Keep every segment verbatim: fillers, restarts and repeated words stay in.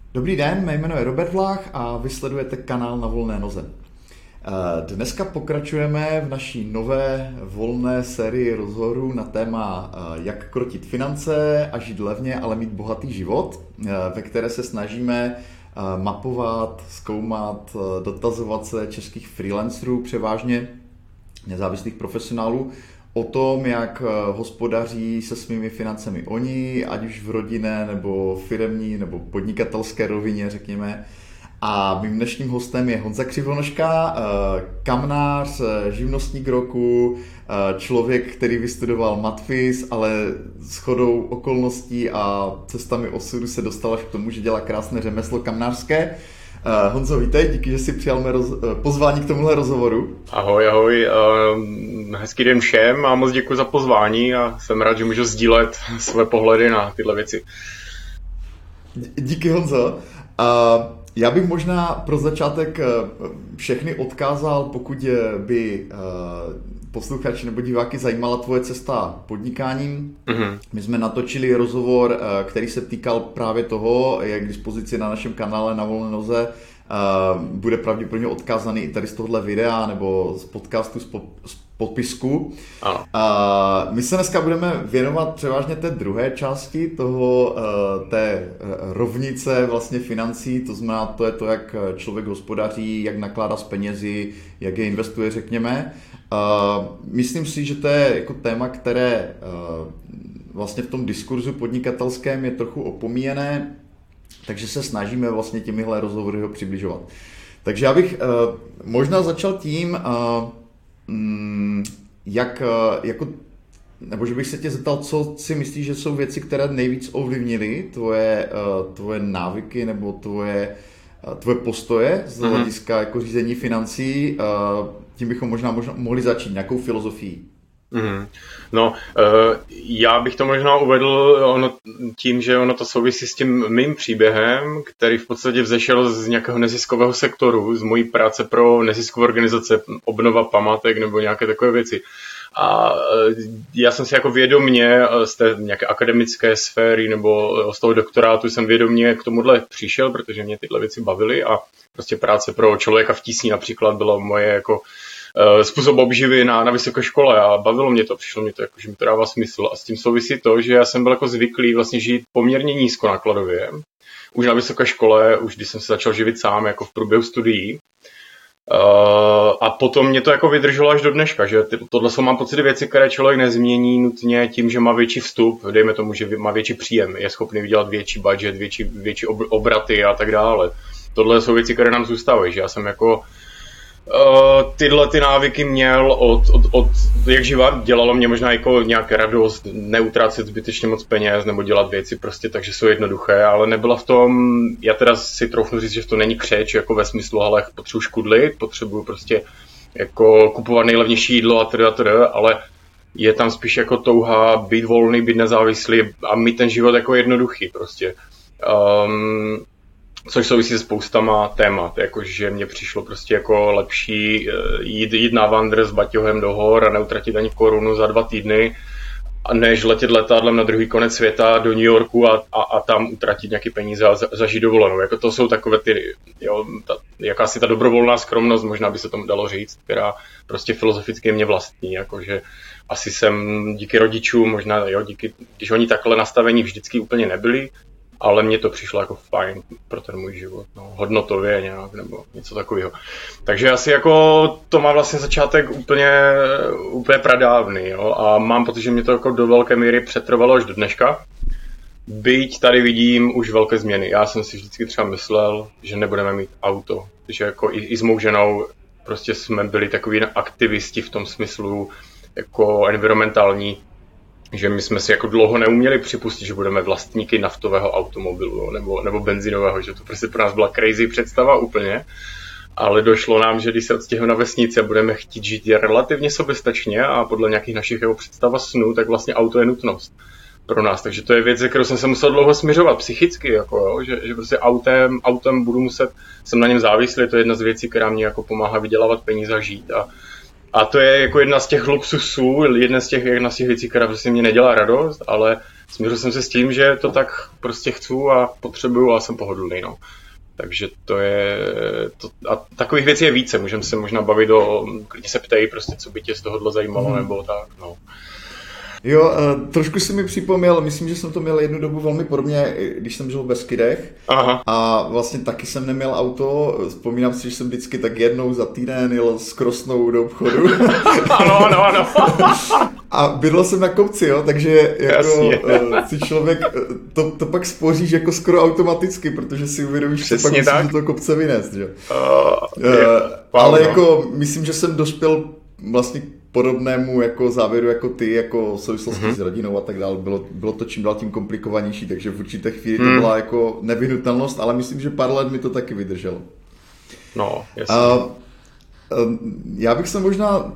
Dobrý den, mé jméno je Robert Vlách a vy sledujete kanál Na volné noze. Dneska pokračujeme v naší nové volné sérii rozhovorů na téma jak krotit finance a žít levně, ale mít bohatý život, ve které se snažíme mapovat, zkoumat, dotazovat se českých freelancerů, převážně nezávislých profesionálů, o tom, jak hospodaří se svými financemi oni, ať už v rodinné, nebo firemní, nebo podnikatelské rovině, řekněme. A mým dnešním hostem je Honza Křivonožka, kamnář, živnostník roku, člověk, který vystudoval matfis, ale shodou okolností a cestami osudu se dostal až k tomu, že dělá krásné řemeslo kamnářské. Uh, Honzo, vítej, díky, že jsi přijal mé roz... pozvání k tomuhle rozhovoru. Ahoj, ahoj, uh, hezký den všem a moc děkuji za pozvání a jsem rád, že můžu sdílet své pohledy na tyhle věci. Díky, Honzo. Uh, já bych možná pro začátek všechny odkázal, pokud by uh, posluchači nebo diváky zajímala tvoje cesta podnikáním. Mm-hmm. My jsme natočili rozhovor, který se týkal právě toho, je k dispozici na našem kanále Na volné noze. Bude pravděpodobně odkázaný i tady z tohohle videa nebo z podcastu, z, po, z podpisku. Ano. My se dneska budeme věnovat převážně té druhé části toho, té rovnice vlastně financí, to znamená, to je to, jak člověk hospodaří, jak nakládá s penězi, jak je investuje, řekněme. Uh, myslím si, že to je jako téma, které uh, vlastně v tom diskurzu podnikatelském je trochu opomíjené, takže se snažíme vlastně těmihle rozhovory ho přibližovat. Takže já bych uh, možná začal tím, uh, um, jak, uh, jako, nebo že bych se tě zeptal, co si myslíš, že jsou věci, které nejvíc ovlivnily tvoje, uh, tvoje návyky nebo tvoje, uh, tvoje postoje z hlediska mm-hmm. jako řízení financí. Uh, Tím bychom možná, možná mohli začít nějakou filozofií. Mm. No, uh, já bych to možná uvedl ono, tím, že ono to souvisí s tím mým příběhem, který v podstatě vzešel z nějakého neziskového sektoru, z mojí práce pro neziskové organizace, obnova památek nebo nějaké takové věci. A já jsem si jako vědomně z té nějaké akademické sféry nebo z toho doktorátu jsem vědomně k tomuhle přišel, protože mě tyhle věci bavily a prostě práce pro člověka v tísni například byla moje jako způsob obživy na, na vysoké škole a bavilo mě to, přišlo mě to jako, že mi to dává smysl a s tím souvisí to, že já jsem byl jako zvyklý vlastně žít poměrně nízkonákladově. Už na vysoké škole, už když jsem se začal živit sám jako v průběhu studií. Uh, a potom mě to jako vydrželo až do dneška, že tohle jsou mám pocit věci, které člověk nezmění nutně tím, že má větší vstup, dejme tomu, že má větší příjem, je schopný vydělat větší budget, větší, větší obraty a tak dále. Tohle jsou věci, které nám zůstávají, že já jsem jako Uh, tyhle ty návyky měl od, od, od jak živa, dělalo mě možná jako nějaké radost, neutrácet zbytečně moc peněz nebo dělat věci prostě tak, že jsou jednoduché, ale nebyla v tom, já teda si troufnu říct, že to není křeč jako ve smyslu, ale potřebuji škudlit, potřebuji prostě jako kupovat nejlevnější jídlo a teda, a teda, ale je tam spíš jako touha být volný, být nezávislý a mít ten život jako jednoduchý prostě. Um, Což souvisí se spoustama témat, jakože mně přišlo prostě jako lepší jít, jít na vandr s baťohem do hor a neutratit ani korunu za dva týdny, než letět letadlem na druhý konec světa do New Yorku a, a, a tam utratit nějaký peníze a za, zažít dovolenou. Jako to jsou takové ty, jo, ta, jakási ta dobrovolná skromnost, možná by se tomu dalo říct, která prostě filozoficky je mě vlastní, jakože asi jsem díky rodičům, možná jo, díky, když oni takhle nastavení vždycky úplně nebyli, ale mně to přišlo jako fajn pro ten můj život, no, hodnotově nějak, nebo něco takového. Takže asi jako to má vlastně začátek úplně, úplně pradávný, jo, a mám pocit, že mě to jako do velké míry přetrvalo až do dneška. Byť tady vidím už velké změny. Já jsem si vždycky třeba myslel, že nebudeme mít auto, že jako i, i s mou ženou prostě jsme byli takový aktivisti v tom smyslu jako environmentální, že my jsme si jako dlouho neuměli připustit, že budeme vlastníky naftového automobilu nebo, nebo benzinového, že to prostě pro nás byla crazy představa úplně, ale došlo nám, že když se odstěhujeme na vesnici a budeme chtít žít relativně soběstačně a podle nějakých našich jeho představ a snů, tak vlastně auto je nutnost pro nás, takže to je věc, ze kterou jsem se musel dlouho směřovat psychicky, jako jo, že, že prostě autem, autem budu muset, jsem na něm závislý, to je jedna z věcí, která mě jako pomáhá vydělávat peníze a žít a A to je jako jedna z těch luxusů, jedna z těch, jedna z těch věcí, která prostě mě nedělá radost, ale smířil jsem se s tím, že to tak prostě chci a potřebuju a jsem pohodlný, no. Takže to je, to, a takových věcí je více, můžeme se možná bavit o, klidně se ptej prostě, co by tě z tohohle zajímalo, hmm. nebo tak, no. Jo, trošku si mi připomněl, myslím, že jsem to měl jednu dobu velmi podobně, když jsem žil v Beskydech. Aha. A vlastně taky jsem neměl auto, vzpomínám si, že jsem vždycky tak jednou za týden jel s krosnou do obchodu. Ano, ano, ano. A bydlel jsem na kopci, jo, takže jako si člověk, to, to pak spoříš jako skoro automaticky, protože si uvědomíš, že pak musíš do toho kopce vynést, že? Uh, uh, ale jako myslím, že jsem dospěl vlastně podobnému jako závěru jako ty, jako v souvislosti mm-hmm. s rodinou a tak dále. Bylo, bylo to čím dál tím komplikovanější, takže v určité chvíli mm. to byla jako nevyhnutelnost, ale myslím, že pár let mi to taky vydrželo. No, jasně. Uh, uh, já bych se možná...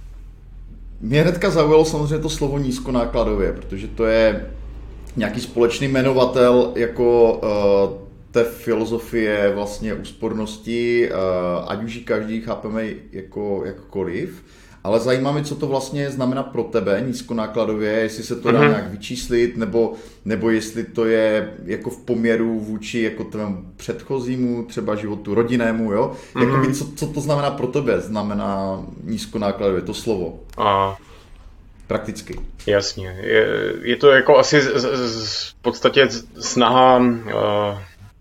Mě hnedka zaujalo samozřejmě to slovo nízkonákladově, protože to je nějaký společný jmenovatel jako uh, té filozofie vlastně úspornosti, uh, ať už ji každý chápeme jako jakkoliv. Ale zajímá mě, co to vlastně znamená pro tebe nízkonákladově, jestli se to dá nějak vyčíslit, nebo, nebo jestli to je jako v poměru vůči jako tvému předchozímu třeba životu rodinnému, jo? Mm-hmm. Jakoby, co, co to znamená pro tebe, znamená nízkonákladově, to slovo? A... Prakticky. Jasně. Je, je to jako asi z, z, v podstatě snaha... Uh...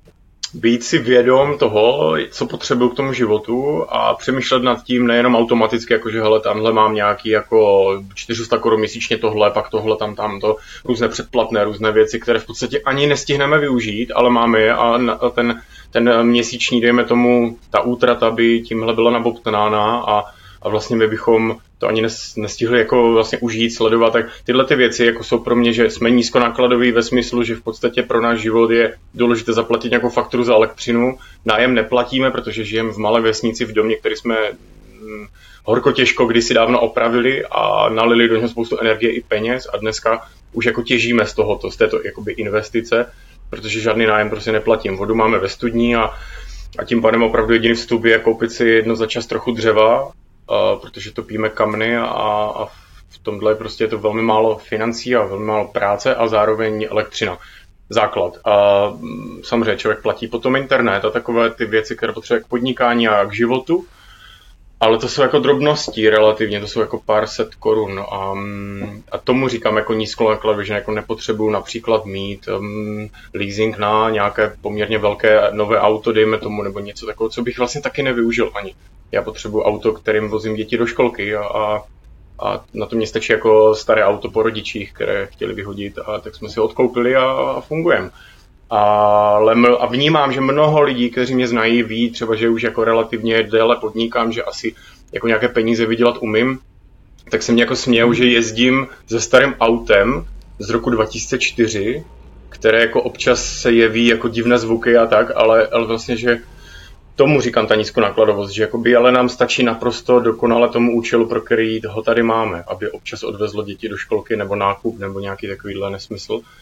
být si vědom toho, co potřebuju k tomu životu a přemýšlet nad tím nejenom automaticky, jakože hele, tamhle mám nějaký jako čtyři sta korun měsíčně tohle, pak tohle, tam, tamto, různé předplatné, různé věci, které v podstatě ani nestihneme využít, ale máme je a ten, ten měsíční, dejme tomu, ta útrata by tímhle byla nabobtnána a, a vlastně my bychom to ani nestihli jako vlastně užít, sledovat, tak tyhle ty věci jako jsou pro mě, že jsme nízkonákladoví ve smyslu, že v podstatě pro náš život je důležité zaplatit nějakou fakturu za elektřinu, nájem neplatíme, protože žijeme v malé vesnici v domě, který jsme hm, horko těžko kdysi dávno opravili a nalili do něho spoustu energie i peněz a dneska už jako těžíme z tohoto, z této jakoby investice, protože žádný nájem prostě neplatím. Vodu máme ve studni a, a tím pádem opravdu jediný vstup je koupit si jedno za čas trochu dřeva, Uh, protože topíme kamny a, a v tomhle prostě je to velmi málo financí a velmi málo práce a zároveň elektřina. Základ. A samozřejmě člověk platí potom internet a takové ty věci, které potřebuje k podnikání a k životu, ale to jsou jako drobnosti relativně, to jsou jako pár set korun a, a tomu říkám jako nízkonákladově, že jako nepotřebuju například mít um, leasing na nějaké poměrně velké nové auto, dejme tomu, nebo něco takového, co bych vlastně taky nevyužil ani. Já potřebuji auto, kterým vozím děti do školky a, a, a na to mě stačí jako staré auto po rodičích, které chtěli vyhodit a tak jsme si odkoupili a, a fungujeme. Ale a vnímám, že mnoho lidí, kteří mě znají, ví třeba, že už jako relativně déle podnikám, že asi jako nějaké peníze vydělat umím, tak se mě jako smějou, že jezdím se starým autem z roku dva tisíce čtyři, které jako občas se jeví jako divné zvuky a tak, ale, ale vlastně, že tomu říkám ta nízkonákladovost, že jakoby ale nám stačí naprosto dokonale tomu účelu, pro který ho tady máme, aby občas odvezlo děti do školky nebo nákup nebo nějaký takovýhle nesmysl. Uh,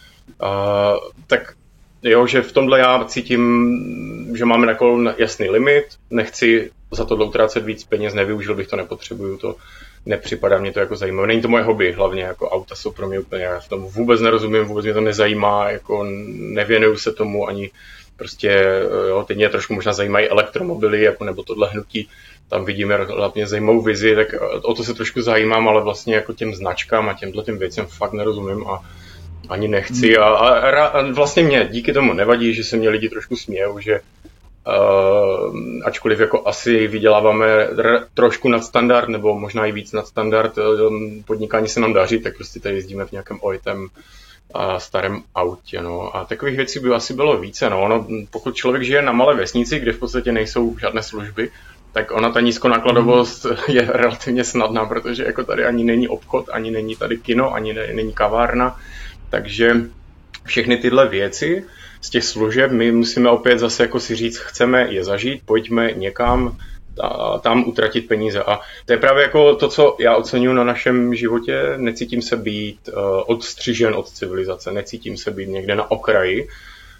tak jo, že v tomhle já cítím, že máme jako jasný limit, nechci za to utrácet víc peněz, nevyužil bych to, nepotřebuju to, nepřipadá mě to jako zajímavé. Není to moje hobby, hlavně jako auta jsou pro mě úplně, já v tom vůbec nerozumím, vůbec mě to nezajímá, jako nevěnuju se tomu ani prostě, jo, teď mě trošku možná zajímají elektromobily, jako nebo tohle hnutí, tam vidíme hlavně zajímavou vizi, tak o to se trošku zajímám, ale vlastně jako těm značkám a těmhle těm věcem fakt nerozumím a ani nechci a, a, a vlastně mě díky tomu nevadí, že se mě lidi trošku smějou, že uh, ačkoliv jako asi vyděláváme r- trošku nadstandard nebo možná i víc nadstandard, um, podnikání se nám daří, tak prostě tady jezdíme v nějakém ojetém a starém autě, no. A takových věcí by asi bylo více, no. no. Pokud člověk žije na malé vesnici, kde v podstatě nejsou žádné služby, tak ona ta nízkonákladovost mm. je relativně snadná, protože jako tady ani není obchod, ani není tady kino, ani ne, není kavárna, takže všechny tyhle věci z těch služeb my musíme opět zase jako si říct, chceme je zažít, pojďme někam a tam utratit peníze. A to je právě jako to, co já oceňuji na našem životě. Necítím se být uh, odstřižen od civilizace, necítím se být někde na okraji.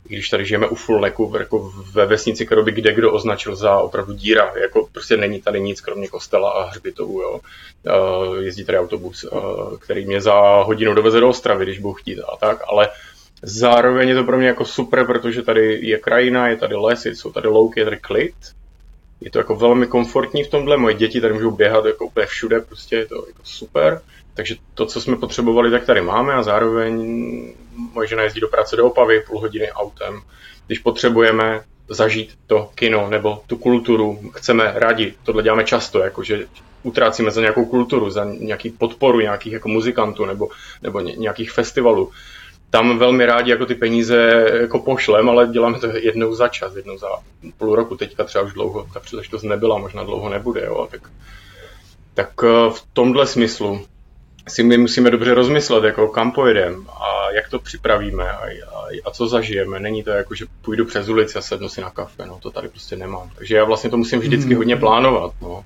i když tady žijeme u Fulneku, jako ve vesnici, kterou by kde kdo označil za opravdu díra, jako prostě není tady nic kromě kostela a hřbitovu, jo. Jezdí tady autobus, který mě za hodinu doveze do Ostravy, když budu chtít a tak, ale zároveň je to pro mě jako super, protože tady je krajina, je tady les, jsou tady louky, je tady klid. Je to jako velmi komfortní v tomhle, moje děti tady můžou běhat jako úplně všude, prostě je to jako super. Takže to, co jsme potřebovali, tak tady máme a zároveň moje žena jezdí do práce do Opavy půl hodiny autem. Když potřebujeme zažít to kino nebo tu kulturu, chceme rádi, tohle děláme často, jakože utrácíme za nějakou kulturu, za nějaký podporu nějakých jako muzikantů nebo, nebo nějakých festivalů. Tam velmi rádi jako ty peníze jako pošlem, ale děláme to jednou za čas, jednou za půl roku. Teďka třeba už dlouho ta příležitost nebyla, možná dlouho nebude. Jo? Tak, tak v tomhle smyslu si my musíme dobře rozmyslet, jako kam pojedeme a jak to připravíme a, a, a co zažijeme. Není to jako, že půjdu přes ulici a sednu si na kafe, no to tady prostě nemám. Takže já vlastně to musím vždycky hodně plánovat. No.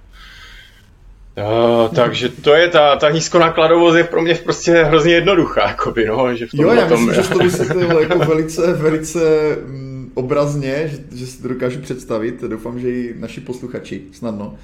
Uh, takže to je ta, ta nízkonákladovost je pro mě prostě hrozně jednoduchá, jakoby, no, že v tom jo, já tom... myslím, že to vysvětlil jako velice, velice mm, obrazně, že, že si to dokážu představit, doufám, že i naši posluchači snadno.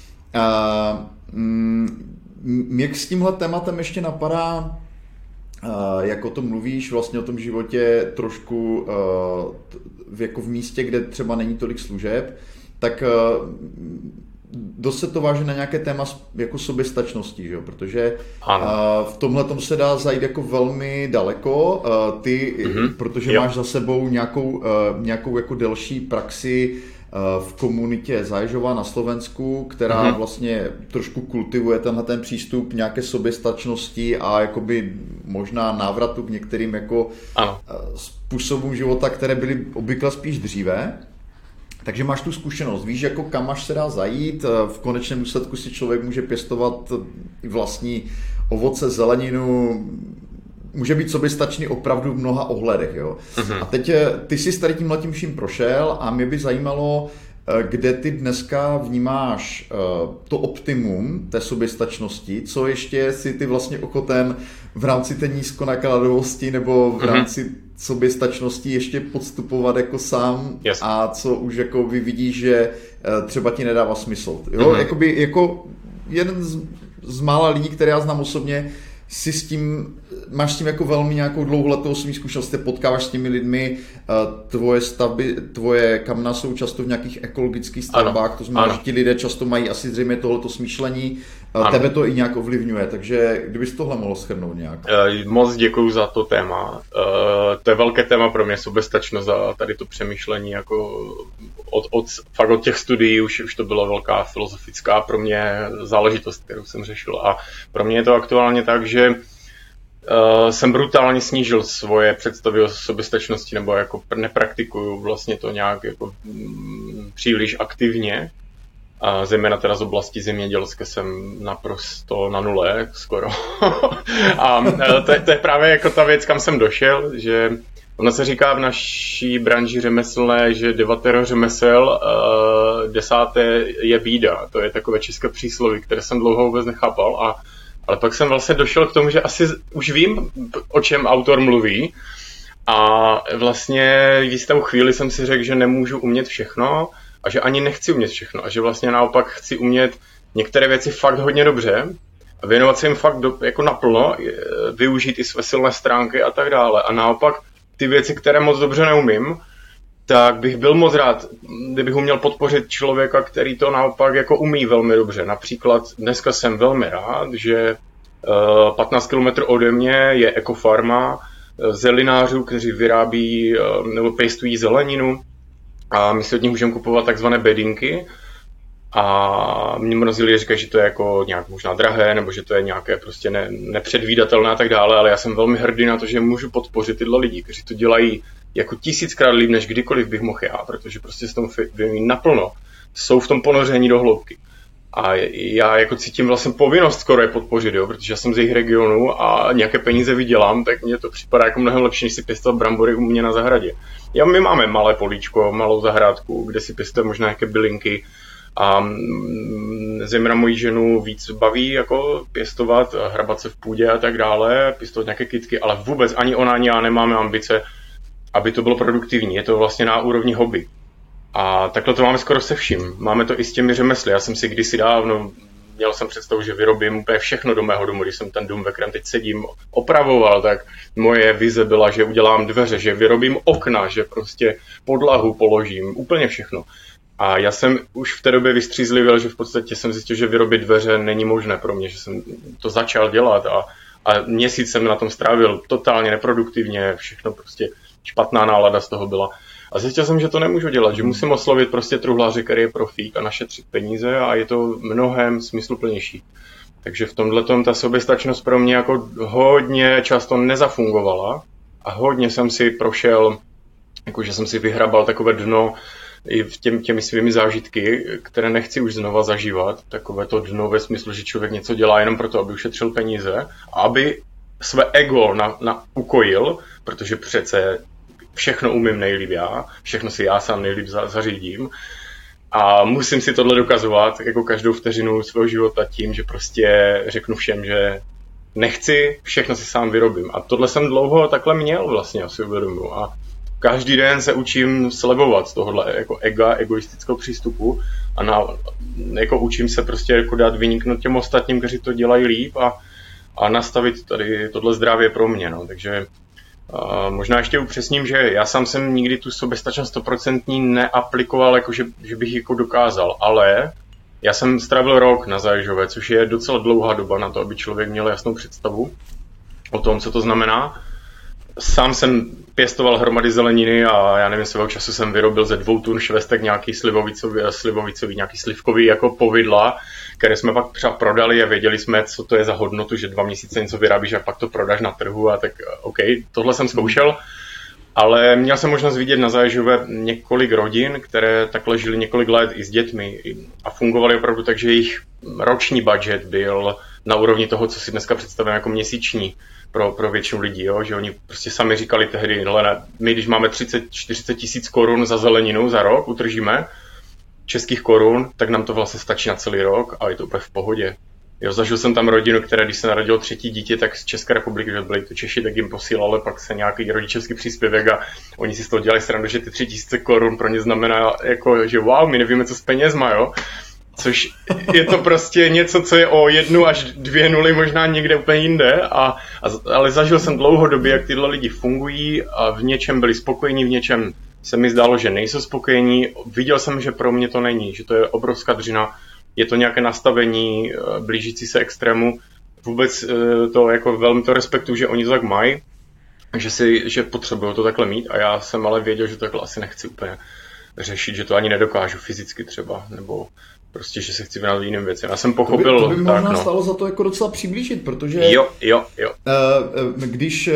A mm, mě s tímhle tématem ještě napadá, uh, jak o tom mluvíš, vlastně o tom životě trošku uh, v, jako v místě, kde třeba není tolik služeb, tak uh, dost se to váže na nějaké téma jako soběstačnosti, že jo? Protože uh, v tomhle tom se dá zajít jako velmi daleko. Uh, ty, mm-hmm. protože jo. máš za sebou nějakou, uh, nějakou jako delší praxi uh, v komunitě Zaježova na Slovensku, která mm-hmm. vlastně trošku kultivuje tenhle ten přístup nějaké soběstačnosti a jakoby možná návratu k některým jako uh, způsobům života, které byly obvykle spíš dříve. Takže máš tu zkušenost, víš, jako kam až se dá zajít, v konečném důsledku si člověk může pěstovat vlastní ovoce, zeleninu, může být soběstačný opravdu v mnoha ohledech, jo. Uh-huh. A teď ty jsi s tady tímhletím vším prošel a mě by zajímalo, kde ty dneska vnímáš to optimum té soběstačnosti, co ještě si ty vlastně ochoten v rámci té nízkonákladovosti nebo v rámci uh-huh. soběstačnosti ještě podstupovat jako sám yes. a co už jako vy vidíš, že třeba ti nedává smysl. Jo? Uh-huh. Jakoby, jako jeden z, z mála lidí, které já znám osobně, si s tím, máš s tím jako velmi nějakou dlouholetou osobní zkušenost, potkáváš s těmi lidmi, tvoje stavby, tvoje kamna jsou často v nějakých ekologických stavbách, to znamená, že ti lidé často mají asi zřejmě tohleto smýšlení, ano. Tebe to i nějak ovlivňuje, takže kdybys tohle mohl shrnout nějak. Moc děkuju za to téma. To je velké téma pro mě, soběstačnost a tady to přemýšlení jako od, od, fakt od těch studií už, už to byla velká filozofická pro mě záležitost, kterou jsem řešil a pro mě je to aktuálně tak, že uh, jsem brutálně snížil svoje představy o soběstačnosti nebo jako nepraktikuju vlastně to nějak jako mm, příliš aktivně. A zejména teda z oblasti zemědělské jsem naprosto na nule, skoro. A to je, to je právě jako ta věc, kam jsem došel, že ono se říká v naší branži řemeslné, že devatero řemesel, uh, desáté je bída. To je takové české přísloví, které jsem dlouho vůbec nechápal. A, ale pak jsem vlastně došel k tomu, že asi už vím, o čem autor mluví. A vlastně v jistou chvíli jsem si řekl, že nemůžu umět všechno, a že ani nechci umět všechno a že vlastně naopak chci umět některé věci fakt hodně dobře a věnovat se jim fakt do, jako naplno, využít i své silné stránky a tak dále. A naopak ty věci, které moc dobře neumím, tak bych byl moc rád, kdybych uměl podpořit člověka, který to naopak jako umí velmi dobře. Například dneska jsem velmi rád, že patnáct kilometrů ode mě je ekofarma zelinářů, kteří vyrábí nebo pěstují zeleninu. A my si od nich můžeme kupovat takzvané bedinky a mě mnozí lidé říkají, že to je jako nějak možná drahé, nebo že to je nějaké prostě ne, nepředvídatelné a tak dále, ale já jsem velmi hrdý na to, že můžu podpořit tyhle lidi, kteří to dělají jako tisíckrát líp, než kdykoliv bych mohl já, protože prostě s tom věnují naplno, jsou v tom ponoření do hloubky. A já jako cítím vlastně povinnost skoro je podpořit, jo, protože já jsem z jejich regionu a nějaké peníze vydělám, tak mně to připadá jako mnohem lepší, než si pěstovat brambory u mě na zahradě. Já, my máme malé políčko, malou zahrádku, kde si pěstujeme možná nějaké bylinky a mm, zejména moji ženu víc baví jako pěstovat, hrabat se v půdě a tak dále, pěstovat nějaké kytky, ale vůbec ani ona, ani já nemáme ambice aby to bylo produktivní. Je to vlastně na úrovni hobby. A takhle to máme skoro se vším. Máme to i s těmi řemesly. Já jsem si kdysi dávno měl jsem představu, že vyrobím úplně všechno do mého domu. Když jsem ten dům, ve kterém teď sedím, opravoval, tak moje vize byla, že udělám dveře, že vyrobím okna, že prostě podlahu položím, úplně všechno. A já jsem už v té době vystřízlivěl, že v podstatě jsem zjistil, že vyrobit dveře není možné pro mě, že jsem to začal dělat a, a měsíc jsem na tom strávil totálně neproduktivně, všechno prostě špatná nálada z toho byla. A zjistil jsem, že to nemůžu dělat, že musím oslovit prostě truhláře, který je profík a našetřit peníze a je to mnohem smysluplnější. Takže v tomhletom ta soběstačnost pro mě jako hodně často nezafungovala a hodně jsem si prošel, jakože jsem si vyhrabal takové dno i v těm, těmi svými zážitky, které nechci už znova zažívat. Takové to dno ve smyslu, že člověk něco dělá jenom proto, aby ušetřil peníze a aby své ego na, na ukojil, protože přece všechno umím nejlíp já, všechno si já sám nejlíp za, zařídím a musím si tohle dokazovat jako každou vteřinu svého života tím, že prostě řeknu všem, že nechci, všechno si sám vyrobím. A tohle jsem dlouho takhle měl vlastně, asi uvědomuji. A každý den se učím slevovat z tohohle jako ega, egoistického přístupu a na, jako učím se prostě jako dát vyniknout těm ostatním, kteří to dělají líp a, a nastavit tady tohle zdravě pro mě. No. Takže a možná ještě upřesním, že já sám jsem nikdy tu soběstačnost stoprocentní neaplikoval, jako že, že bych jako dokázal, ale já jsem strávil rok na Zaježové, což je docela dlouhá doba na to, aby člověk měl jasnou představu o tom, co to znamená. Sám jsem pěstoval hromady zeleniny a já nevím, svého času jsem vyrobil ze dvou tun švestek nějaký slivovicový, slivovicový nějaký slivkový jako povidla, které jsme pak třeba prodali a věděli jsme, co to je za hodnotu, že dva měsíce něco vyrábíš a pak to prodáš na trhu a tak OK, tohle jsem zkoušel, ale měl jsem možnost vidět na Zaježové několik rodin, které takhle žili několik let i s dětmi a fungovaly opravdu tak, že jejich roční budget byl na úrovni toho, co si dneska představujeme jako měsíční pro, pro většinu lidí, jo? Že oni prostě sami říkali tehdy, hele, my když máme třicet čtyřicet tisíc korun za zeleninu za rok, utržíme českých korun, tak nám to vlastně stačí na celý rok a je to úplně v pohodě. Jo, zažil jsem tam rodinu, která když se narodilo třetí dítě, tak z České republiky, že byli to Češi, tak jim posílali pak se nějaký rodičovský příspěvek a oni si z toho dělali srandu, že ty tři tisíce korun pro ně znamená jako, že wow, my nevíme, co s penězma, jo. Což je to prostě něco, co je o jednu až dvě nuly možná někde úplně jinde, a, a, ale zažil jsem dlouhodobě, jak tyhle lidi fungují a v něčem byli spokojení, v něčem se mi zdálo, že nejsou spokojení. Viděl jsem, že pro mě to není, že to je obrovská dřina, je to nějaké nastavení blížící se extrému. Vůbec to jako velmi to respektuju, že oni to tak mají, že, si, že potřebují to takhle mít a já jsem ale věděl, že to takhle asi nechci úplně řešit, že to ani nedokážu fyzicky třeba, nebo prostě, že se chci věnovat jiným věcem. Já jsem pochopil... To by, to by možná tak, no. stalo za to jako docela přiblížit, protože... Jo, jo, jo. Když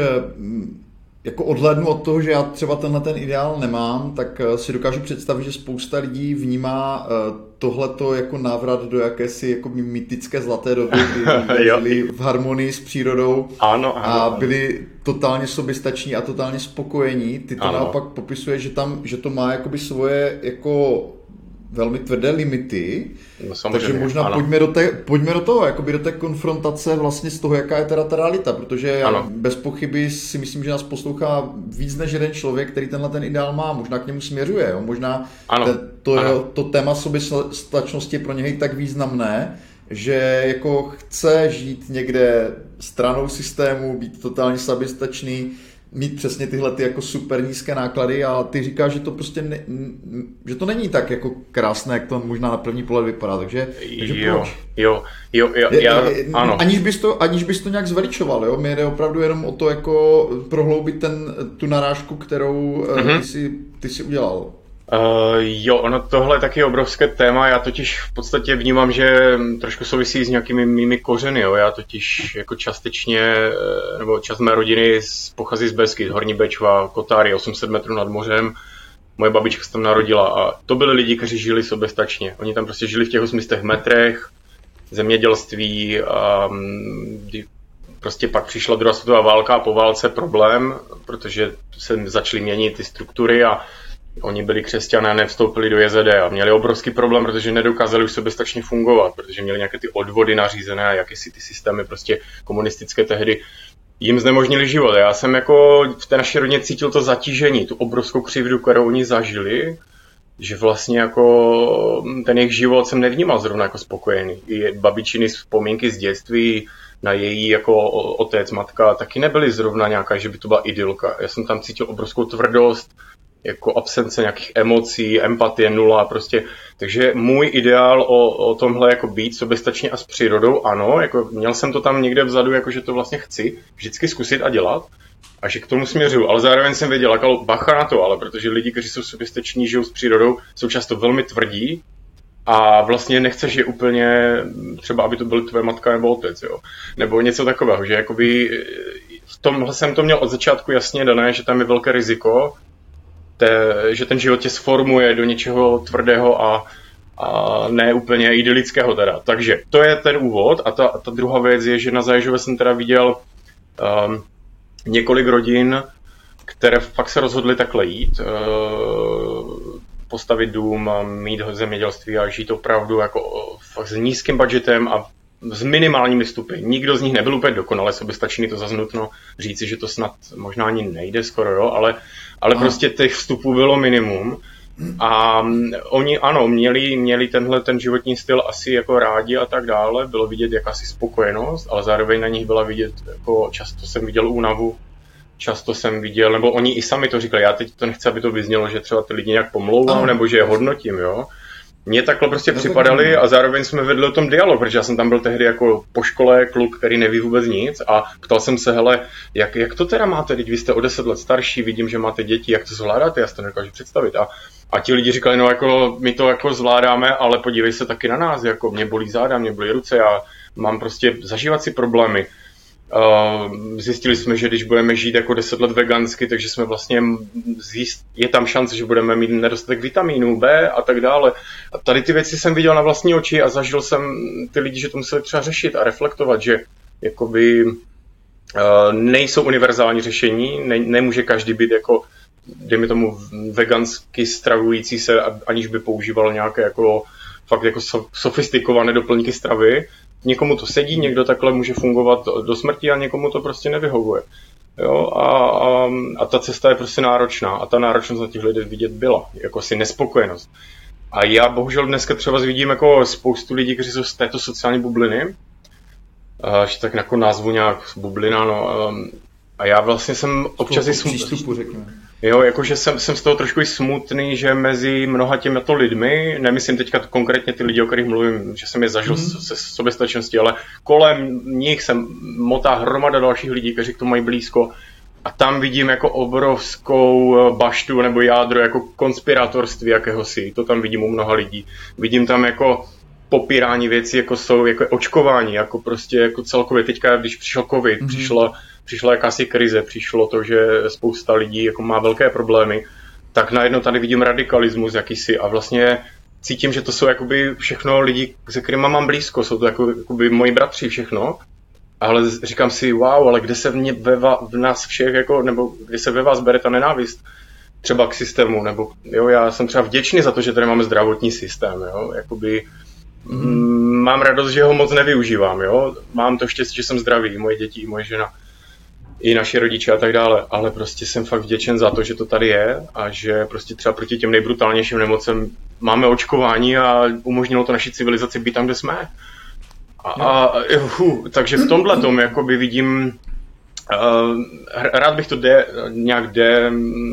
jako odhlédnu od toho, že já třeba tenhle ten ideál nemám, tak si dokážu představit, že spousta lidí vnímá tohleto jako návrat do jakési jako mýtické zlaté doby, kdy žili v harmonii s přírodou ano, ano, a byli totálně soběstační a totálně spokojení. Ty to ano. naopak popisuje, že tam, že to má jakoby svoje jako velmi tvrdé limity, no, takže možná pojďme do, té, pojďme do toho, jakoby do té konfrontace vlastně z toho, jaká je teda ta realita, protože já bez pochyby si myslím, že nás poslouchá víc než jeden člověk, který tenhle ten ideál má, možná k němu směřuje, jo? Možná te, to, je, to téma soběstačnosti je pro něj tak významné, že jako chce žít někde stranou systému, být totálně soběstačný, mít přesně tyhle ty jako super nízké náklady a ty říkáš, že to prostě ne, že to není tak jako krásné, jak to možná na první pohled vypadá, takže, takže jo, proč? Jo, jo, jo, já, je, ano. Aniž bys, to, aniž bys to nějak zveličoval, jo? Mě jde opravdu jenom o to jako prohloubit ten, tu narážku, kterou mm-hmm. ty, si, ty si udělal. Uh, jo, ono tohle je taky obrovské téma, já totiž v podstatě vnímám, že trošku souvisí s nějakými mými kořeny, jo? Já totiž jako částečně, nebo část mé rodiny pochází z Beskyt, Horní Bečva, Kotáry, osm set metrů nad mořem, moje babička se tam narodila a to byli lidi, kteří žili soběstačně, oni tam prostě žili v těch osmistech metrech, zemědělství a prostě pak přišla druhá světová válka a po válce problém, protože se začaly měnit ty struktury a oni byli křesťané a nevstoupili do J Z D a měli obrovský problém, protože nedokázali už soběstačně fungovat, protože měli nějaké ty odvody nařízené a jakési ty systémy prostě komunistické tehdy jim znemožnili život. Já jsem jako v té naší rodině cítil to zatížení, tu obrovskou křivdu, kterou oni zažili, že vlastně jako ten jejich život jsem nevnímal zrovna jako spokojený. I babičiny vzpomínky z dětství na její jako otec, matka taky nebyly zrovna nějaká, že by to byla idylka. Já jsem tam cítil obrovskou tvrdost, jako absence nějakých emocí, empatie, nula prostě. Takže můj ideál o, o tomhle jako být soběstačně a s přírodou, ano, jako měl jsem to tam někde vzadu, jako že to vlastně chci vždycky zkusit a dělat a že k tomu směřuju, ale zároveň jsem věděl, jako bacha na to, ale protože lidi, kteří jsou soběstační, žijou s přírodou, jsou často velmi tvrdí a vlastně nechceš je úplně, třeba aby to byl tvoje matka nebo otec, jo, nebo něco takového, že jakoby v tomhle jsem to měl od začátku jasně dané, že tam je velké riziko, Te, že ten život tě sformuje do něčeho tvrdého a, a ne úplně idylického teda. Takže to je ten úvod a ta, ta druhá věc je, že na Zaježově jsem teda viděl um, několik rodin, které fakt se rozhodly takhle jít, uh, postavit dům, mít zemědělství a žít opravdu jako fakt s nízkým budgetem a s minimálními vstupy. Nikdo z nich nebyl úplně dokonale soběstačný, to zase nutno říci, že to snad možná ani nejde skoro, jo, ale, ale prostě těch vstupů bylo minimum. A oni ano, měli, měli tenhle ten životní styl asi jako rádi a tak dále, bylo vidět jakási spokojenost, ale zároveň na nich byla vidět, jako často jsem viděl únavu, často jsem viděl, nebo oni i sami to říkali, já teď to nechci, aby to vyznělo, že třeba ty lidi nějak pomlouvám, nebo že je hodnotím, jo. Mně takhle prostě no, připadali a zároveň jsme vedli o tom dialog, protože já jsem tam byl tehdy jako po škole kluk, který neví vůbec nic a ptal jsem se, hele, jak, jak to teda máte, teď vy jste o deset let starší, vidím, že máte děti, jak to zvládáte, já si to nedokážu představit. A, a ti lidi říkali, no jako my to jako zvládáme, ale podívej se taky na nás, jako mě bolí záda, mě bolí ruce, já mám prostě zažívací problémy. Uh, zjistili jsme, že když budeme žít jako deset let vegansky, takže jsme vlastně zjist, je tam šance, že budeme mít nedostatek vitamínů B a tak dále. A tady ty věci jsem viděl na vlastní oči a zažil jsem ty lidi, že to museli třeba řešit a reflektovat, že jakoby uh, nejsou univerzální řešení, ne, nemůže každý být jako, dejme tomu, vegansky stravující se, aniž by používal nějaké jako fakt jako sofistikované doplňky stravy. Někomu to sedí, někdo takhle může fungovat do smrti a někomu to prostě nevyhovuje. Jo? A, a, a ta cesta je prostě náročná a ta náročnost na těch lidí vidět byla, jako si nespokojenost. A já bohužel dneska třeba vidím jako spoustu lidí, kteří jsou z této sociální bubliny, až tak jako názvu nějak bublina, no, a já vlastně jsem občas i smutný. Jo, jakože jsem, jsem z toho trošku i smutný, že mezi mnoha těmito lidmi, nemyslím teďka konkrétně ty lidi, o kterých mluvím, že jsem je zažil mm-hmm. se soběstačností, ale kolem nich jsem motá hromada dalších lidí, kteří k tomu mají blízko. A tam vidím jako obrovskou baštu nebo jádro, jako konspirátorství jakéhosi. To tam vidím u mnoha lidí. Vidím tam jako popírání věcí, jako jsou jako očkování, jako prostě jako celkově teďka, když přišel covid, mm-hmm. přišla, přišla jakási krize, přišlo to, že spousta lidí jako má velké problémy, tak najednou tady vidím radikalismus jakýsi a vlastně cítím, že to jsou jakoby všechno lidi, se kterými mám blízko, jsou to jako, jakoby moji bratři všechno, ale říkám si, wow, ale kde se v, mě, ve, v nás všech, jako, nebo kde se ve vás bere ta nenávist, třeba k systému, nebo jo, já jsem třeba vděčný za to, že tady máme zdravotní systém, jo, jakoby mm. mám radost, že ho moc nevyužívám, jo, mám to štěstí, že jsem zdravý, moje děti, i moje žena, i naši rodiče a tak dále, ale prostě jsem fakt vděčen za to, že to tady je a že prostě třeba proti těm nejbrutálnějším nemocem máme očkování a umožnilo to naší civilizaci být tam, kde jsme. A, a uh, takže v tomhle tom jakoby vidím, uh, rád bych to de, nějak de,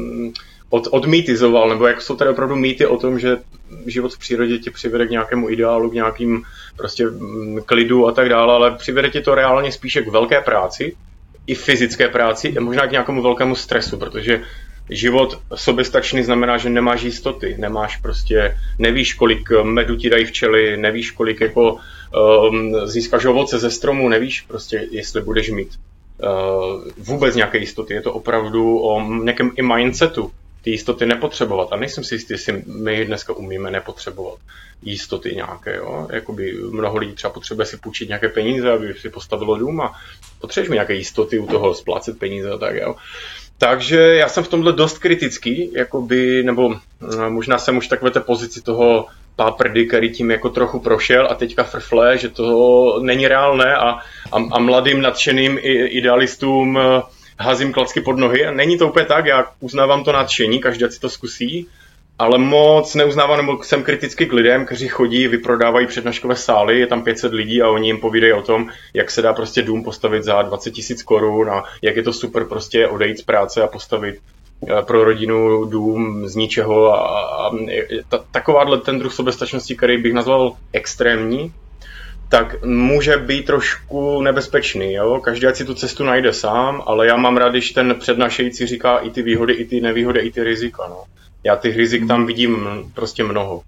od, odmýtizoval, nebo jak jsou tady opravdu mýty o tom, že život v přírodě tě přivede k nějakému ideálu, k nějakým prostě klidu a tak dále, ale přivede tě to reálně spíše k velké práci, i fyzické práci a možná k nějakému velkému stresu, protože život soběstačný znamená, že nemáš jistoty, nemáš prostě, nevíš, kolik medu ti dají včely, nevíš, kolik jako um, získáš ovoce ze stromu, nevíš prostě, jestli budeš mít uh, vůbec nějaké jistoty. Je to opravdu o nějakém i mindsetu ty jistoty nepotřebovat. A nejsem si jistý, jestli my dneska umíme nepotřebovat jistoty nějaké. Jo? Jakoby mnoho lidí třeba potřebuje si půjčit nějaké peníze, aby si postavilo dům a potřebuješ mi nějaké jistoty u toho splácet peníze a tak. Jo? Takže já jsem v tomhle dost kritický, jakoby, nebo možná jsem už takové té pozici toho páprdy, který tím jako trochu prošel a teďka frfle, že to není reálné a, a, a mladým nadšeným idealistům házím klacky pod nohy. Není to úplně tak, já uznávám to nadšení, každý si to zkusí, ale moc neuznávám, nebo jsem kritický k lidem, kteří chodí, vyprodávají přednáškové sály, je tam pět set lidí a oni jim povídají o tom, jak se dá prostě dům postavit za dvacet tisíc korun a jak je to super prostě odejít z práce a postavit pro rodinu dům z ničeho a, a ta, takováhle ten druh soběstačnosti, který bych nazval extrémní, tak může být trošku nebezpečný. Jo? Každý ať si tu cestu najde sám, ale já mám rád, když ten přednášející říká i ty výhody, i ty nevýhody, i ty rizika. No. Já těch rizik tam vidím prostě mnoho.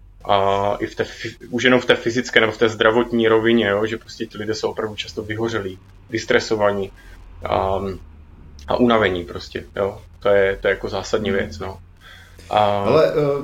A i v té, už jenom v té fyzické nebo v té zdravotní rovině, jo? Že prostě ti lidé jsou opravdu často vyhořelí, vystresovaní a, a unavení prostě. Jo? To je, to je jako zásadní věc. No. A... Ale uh,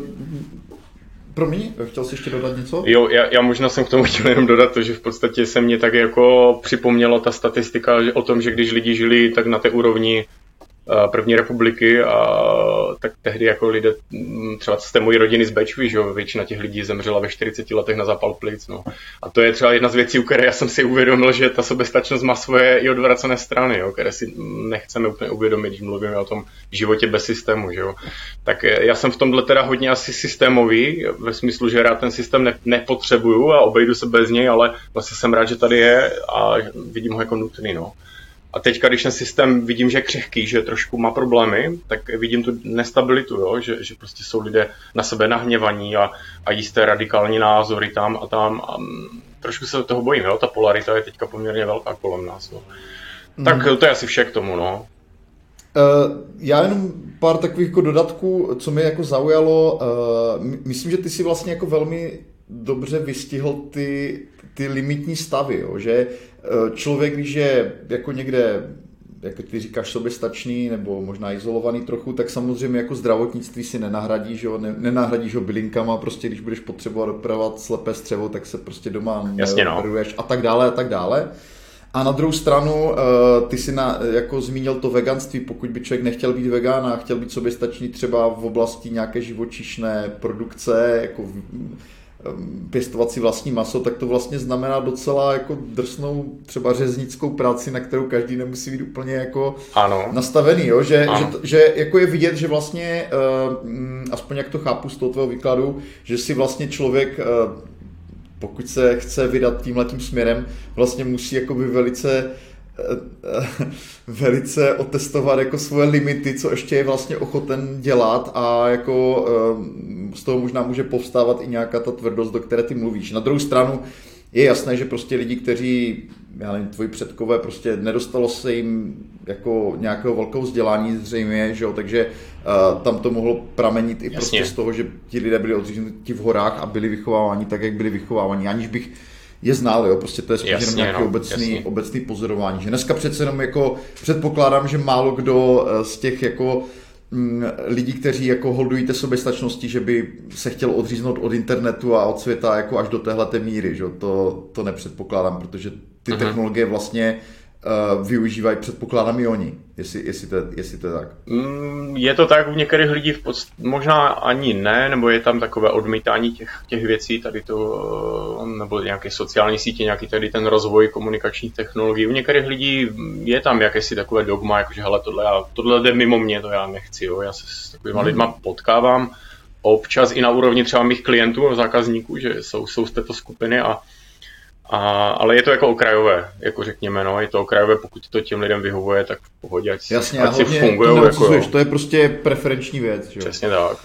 promiň, chtěl jsi ještě dodat něco? Jo, já, já možná jsem k tomu chtěl jenom dodat to, že v podstatě se mě tak jako připomněla ta statistika že o tom, že když lidi žili tak na té úrovni první republiky a tak tehdy jako lidé, třeba z té mojí rodiny z Bečvy, že jo, většina těch lidí zemřela ve čtyřiceti letech na zápal plic, no. A to je třeba jedna z věcí, u které já jsem si uvědomil, že ta soběstačnost má svoje i odvracené strany, jo, které si nechceme úplně uvědomit, když mluvíme o tom životě bez systému, že jo. Tak já jsem v tomhle teda hodně asi systémový, ve smyslu, že rád ten systém ne, nepotřebuju a obejdu se bez něj, ale vlastně jsem rád, že tady je a vidím ho jako nutný, no. A teďka, když ten systém vidím, že je křehký, že trošku má problémy, tak vidím tu nestabilitu, jo? Že, že prostě jsou lidé na sebe nahněvaní a, a jisté radikální názory tam a tam. A trošku se toho bojím, jo? Ta polarita je teďka poměrně velká kolem nás. No. Mm. Tak to je asi vše k tomu, no. Uh, já jenom pár takových jako dodatků, co mě jako zaujalo. Uh, myslím, že ty si vlastně jako velmi dobře vystihl ty, ty limitní stavy, jo? Že člověk, když je jako někde, jak ty říkáš, soběstačný nebo možná izolovaný trochu, tak samozřejmě jako zdravotnictví si nenahradí, že jo? Nenahradíš ho bylinkama, prostě když budeš potřebovat dopravovat slepé střevo, tak se prostě doma operuješ no. a tak dále a tak dále. A na druhou stranu, ty si na, jako zmínil to veganství, pokud by člověk nechtěl být vegán a chtěl být soběstačný třeba v oblasti nějaké živočišné produkce, jako pěstovat si vlastní maso, tak to vlastně znamená docela jako drsnou třeba řeznickou práci, na kterou každý nemusí být úplně jako ano. nastavený, jo? Že, že, že jako je vidět, že vlastně, aspoň jak to chápu z toho tvého výkladu, že si vlastně člověk, pokud se chce vydat tímhletím směrem, vlastně musí jakoby velice velice otestovat jako svoje limity, co ještě je vlastně ochoten dělat a jako z toho možná může povstávat i nějaká ta tvrdost, do které ty mluvíš. Na druhou stranu je jasné, že prostě lidi, kteří, já nevím, tvoji předkové, prostě nedostalo se jim jako nějakého velkého vzdělání zřejmě, že jo, takže uh, tam to mohlo pramenit i Jasně. prostě z toho, že ti lidé byli odříznuti v horách a byli vychováváni tak, jak byli vychováváni, aniž bych je znal, jo, prostě to je spíš jenom nějaké no, obecný, obecný pozorování, že dneska přece jenom jako předpokládám, že málo kdo z těch jako m, lidí, kteří jako holdují té soběstačnosti, že by se chtěl odříznout od internetu a od světa jako až do téhleté míry, že to, to nepředpokládám, protože ty uh-huh. technologie vlastně uh, využívají, předpokládám i oni, jestli, jestli, to, jestli to je tak. Je to tak u některých lidí v podst- možná ani ne, nebo je tam takové odmítání těch, těch věcí, tady to, nebo nějaké sociální sítě, nějaký tady ten rozvoj komunikačních technologií. U některých lidí je tam jakési takové dogma, jakože hele, tohle, já, tohle jde mimo mě, to já nechci, jo. Já se s takovýma hmm. lidma potkávám občas i na úrovni třeba mých klientů, zákazníků, že jsou, jsou z této skupiny a A, ale je to jako okrajové, jako řekněme, no, je to okrajové, pokud to těm lidem vyhovuje, tak v pohodě, ať, Jasně, ať si fungujou. Jako, to je prostě preferenční věc. Že? Přesně tak.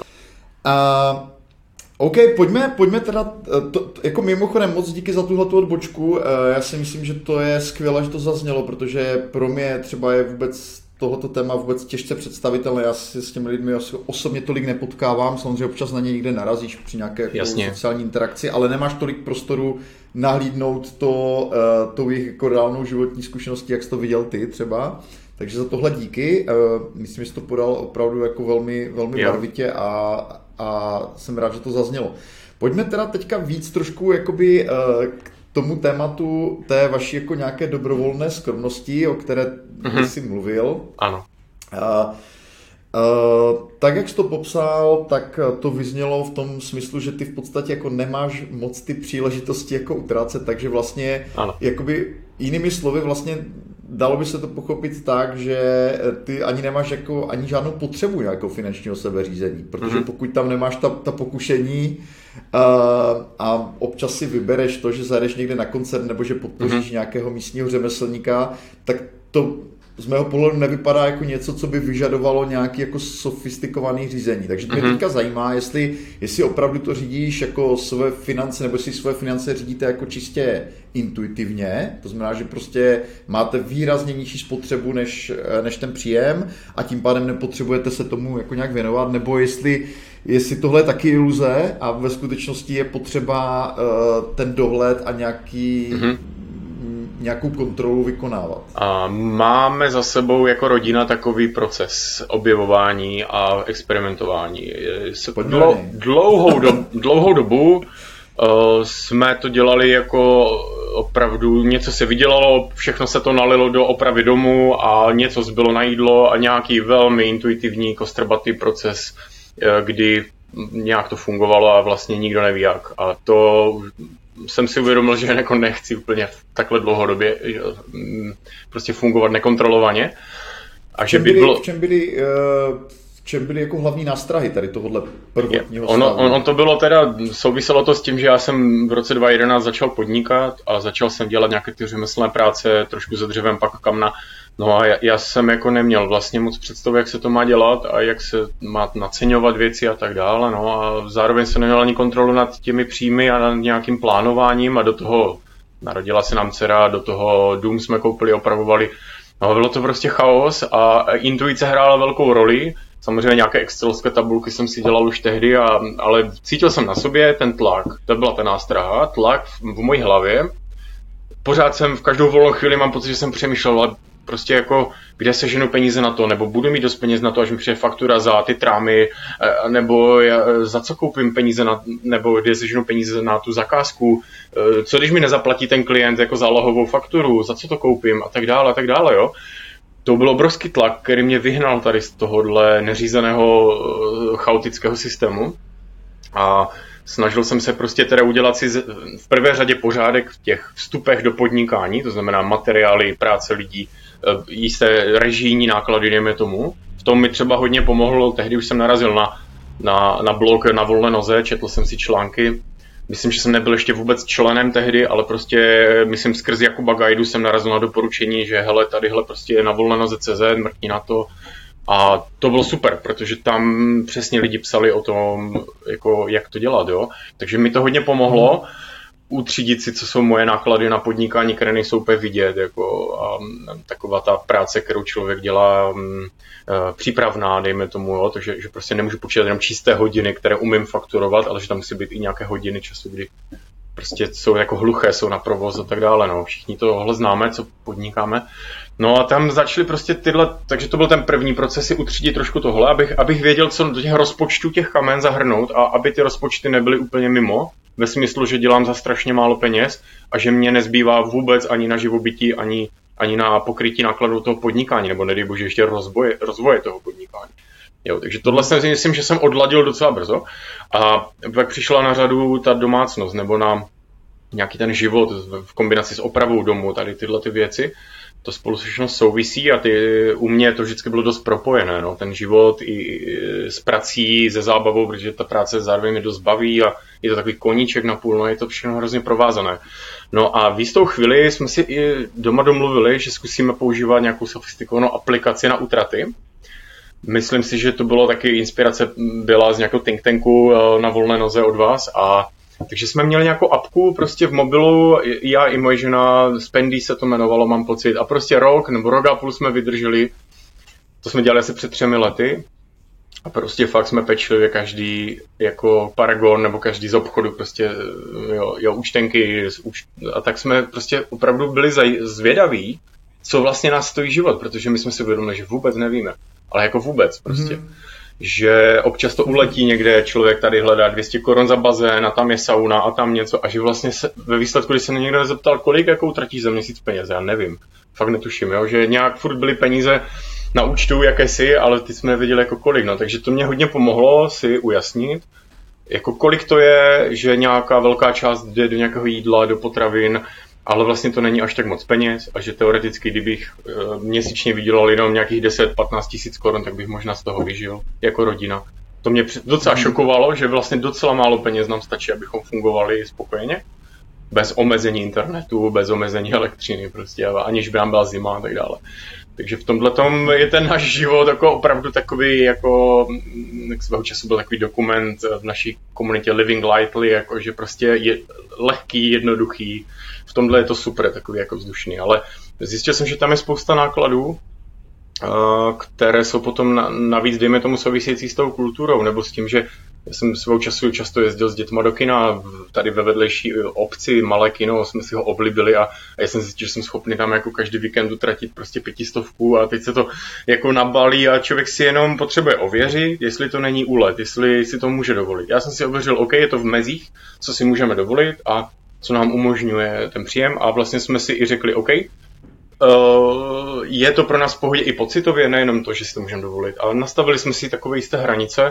Uh, OK, pojďme, pojďme teda, to, to, jako mimochodem moc díky za tuhletu odbočku, uh, já si myslím, že to je skvělé, že to zaznělo, protože pro mě třeba je vůbec tohoto téma vůbec těžce představitelné, já si s těmi lidmi osobně tolik nepotkávám, samozřejmě občas na ně někde narazíš při nějaké jako sociální interakci, ale nemáš tolik prostoru nahlídnout to, uh, tou jejich jako reálnou životní zkušeností, jak jsi to viděl ty třeba. Takže za tohle díky. Uh, myslím, že jsi to podal opravdu jako velmi, velmi barvitě a, a jsem rád, že to zaznělo. Pojďme teda teďka víc trošku jakoby uh, k tomu tématu té vaší jako nějaké dobrovolné skromnosti, o které mm-hmm. jsi mluvil. Ano. Uh, Uh, tak, jak jsi to popsal, tak to vyznělo v tom smyslu, že ty v podstatě jako nemáš moc ty příležitosti jako utrácet, takže vlastně ano. Jakoby jinými slovy vlastně dalo by se to pochopit tak, že ty ani nemáš jako ani žádnou potřebu nějakého finančního sebeřízení, protože mm-hmm. pokud tam nemáš ta, ta pokušení uh, a občas si vybereš to, že zajdeš někde na koncert nebo že podpoříš mm-hmm. nějakého místního řemeslníka, tak to z mého pohledu nevypadá jako něco, co by vyžadovalo nějaký jako sofistikovaný řízení. Takže to mě mm-hmm. teďka zajímá, jestli, jestli opravdu to řídíš jako své finance, nebo jestli své finance řídíte jako čistě intuitivně. To znamená, že prostě máte výrazně nižší spotřebu než, než ten příjem a tím pádem nepotřebujete se tomu jako nějak věnovat, nebo jestli, jestli tohle je taky iluze a ve skutečnosti je potřeba uh, ten dohled a nějaký mm-hmm. nějakou kontrolu vykonávat. A máme za sebou jako rodina takový proces objevování a experimentování. Dlo, dlouhou, do, dlouhou dobu uh, jsme to dělali jako opravdu, něco se vydělalo, všechno se to nalilo do opravy domu a něco zbylo na jídlo a nějaký velmi intuitivní kostrbatý proces, kdy nějak to fungovalo a vlastně nikdo neví jak. A to jsem si uvědomil, že jako nechci úplně takhle dlouhodobě prostě fungovat nekontrolovaně. A že by bylo... V čem byly, v čem byly jako hlavní nástrahy tady tohohle prvotního ono, stavu? On, on to bylo teda, souviselo to s tím, že já jsem v roce dva tisíce jedenáct začal podnikat a začal jsem dělat nějaké ty řemeslné práce, trošku se dřevem, pak kamna. No a já, já jsem jako neměl vlastně moc představu, jak se to má dělat a jak se má naceňovat věci a tak dále. No a zároveň jsem neměl ani kontrolu nad těmi příjmy a nad nějakým plánováním a do toho narodila se nám dcera, do toho dům jsme koupili, opravovali. No bylo to prostě chaos a intuice hrála velkou roli. Samozřejmě nějaké excelovské tabulky jsem si dělal už tehdy, a, ale cítil jsem na sobě ten tlak. To byla ta nástraha, tlak v, v mojí hlavě. Pořád jsem v každou volnou chvíli mám pocit, že jsem přemýšlel, prostě jako, kde seženu peníze na to, nebo budu mít dost peněz na to, až mi přijde faktura za ty trámy, nebo já, za co koupím peníze, na, nebo kde seženu peníze na tu zakázku, co když mi nezaplatí ten klient jako zálohovou fakturu, za co to koupím a tak dále a tak dále, jo. To byl obrovský tlak, který mě vyhnal tady z tohohle neřízeného chaotického systému a snažil jsem se prostě teda udělat si v prvé řadě pořádek v těch vstupech do podnikání, to znamená materiály, práce lidí, jisté režijní náklady, dejme tomu. V tom mi třeba hodně pomohlo, tehdy už jsem narazil na, na, na blog Na volné noze, četl jsem si články. Myslím, že jsem nebyl ještě vůbec členem tehdy, ale prostě, myslím, skrz Jakuba Gajdu jsem narazil na doporučení, že hele, tadyhle prostě je Na volné noze tečka cé zet, mrkni na to. A to bylo super, protože tam přesně lidi psali o tom, jako, jak to dělat, jo. Takže mi to hodně pomohlo utřídit si, co jsou moje náklady na podnikání, které nejsou úplně vidět, jako a taková ta práce, kterou člověk dělá um, přípravná, dejme tomu, jo, takže že prostě nemůžu počítat jenom čisté hodiny, které umím fakturovat, ale že tam musí být i nějaké hodiny času, kdy prostě jsou jako hluché, jsou na provoz a tak dále, no. Všichni tohle známe, co podnikáme. No a tam začaly prostě tyhle, takže to byl ten první proces, si utřídit trošku tohle, abych, abych věděl, co do těch rozpočtů těch kamen zahrnout a aby ty rozpočty nebyly úplně mimo, ve smyslu, že dělám za strašně málo peněz a že mě nezbývá vůbec ani na živobytí, ani, ani na pokrytí nákladů toho podnikání, nebo nedej bože ještě rozvoje, rozvoje toho podnikání. Jo, takže tohle si myslím, že jsem odladil docela brzo a pak přišla na řadu ta domácnost nebo na nějaký ten život v kombinaci s opravou domu, tady tyhle ty věci. To spolu všechno souvisí a ty, u mě to vždycky bylo dost propojené, no, ten život i s prací, se zábavou, protože ta práce zároveň mě dost baví a je to takový koníček na půl, no, je to všechno hrozně provázané. No a v jistou chvíli jsme si i doma domluvili, že zkusíme používat nějakou sofistikovanou aplikaci na útraty. Myslím si, že to bylo taky, inspirace byla z nějakého think tanku Na volné noze od vás a takže jsme měli nějakou apku prostě v mobilu, já i moje žena, Spendy se to jmenovalo, mám pocit, a prostě rok nebo rok a půl jsme vydrželi, to jsme dělali asi před třemi lety a prostě fakt jsme pečlivě každý jako paragon nebo každý z obchodu prostě, jo, jo účtenky a tak jsme prostě opravdu byli zvědaví, co vlastně nás stojí život, protože my jsme si uvědomili, že vůbec nevíme, ale jako vůbec prostě. Mm. Že občas to uletí někde, člověk tady hledá dvě stě korun za bazén a tam je sauna a tam něco a že vlastně se, ve výsledku, když se někdo nezeptal, kolik jako utratí za měsíc peněz, já nevím, fakt netuším, jo? Že nějak furt byly peníze na účtu jakési, ale ty jsme nevěděli jako kolik, no, takže to mě hodně pomohlo si ujasnit, jako kolik to je, že nějaká velká část jde do nějakého jídla, do potravin, ale vlastně to není až tak moc peněz a že teoreticky, kdybych e, měsíčně vydělal jenom nějakých deset patnáct tisíc korun, tak bych možná z toho vyžil jako rodina. To mě docela šokovalo, že vlastně docela málo peněz nám stačí, abychom fungovali spokojeně. Bez omezení internetu, bez omezení elektřiny prostě, aniž by nám byla zima a tak dále. Takže v tomhletom je ten náš život jako opravdu takový, jako k svého času byl takový dokument v naší komunitě Living Lightly, jako že prostě je lehký, jednoduchý. V tomhle je to super, takový jako vzdušný, ale zjistil jsem, že tam je spousta nákladů, které jsou potom navíc, dejme tomu, související s tou kulturou, nebo s tím, že já jsem svou času často jezdil s dětma do kina, tady ve vedlejší obci, malé kino, jsme si ho oblíbili a, a já jsem zjistil, že jsem schopný tam jako každý víkend utratit prostě pětistovku a teď se to jako nabalí a člověk si jenom potřebuje ověřit, jestli to není úlet, jestli si to může dovolit. Já jsem si ověřil, OK, je to v mezích, co si můžeme dovolit a co nám umožňuje ten příjem a vlastně jsme si i řekli, OK, Uh, je to pro nás v pohodě i pocitově, nejenom to, že si to můžeme dovolit, ale nastavili jsme si takové jisté hranice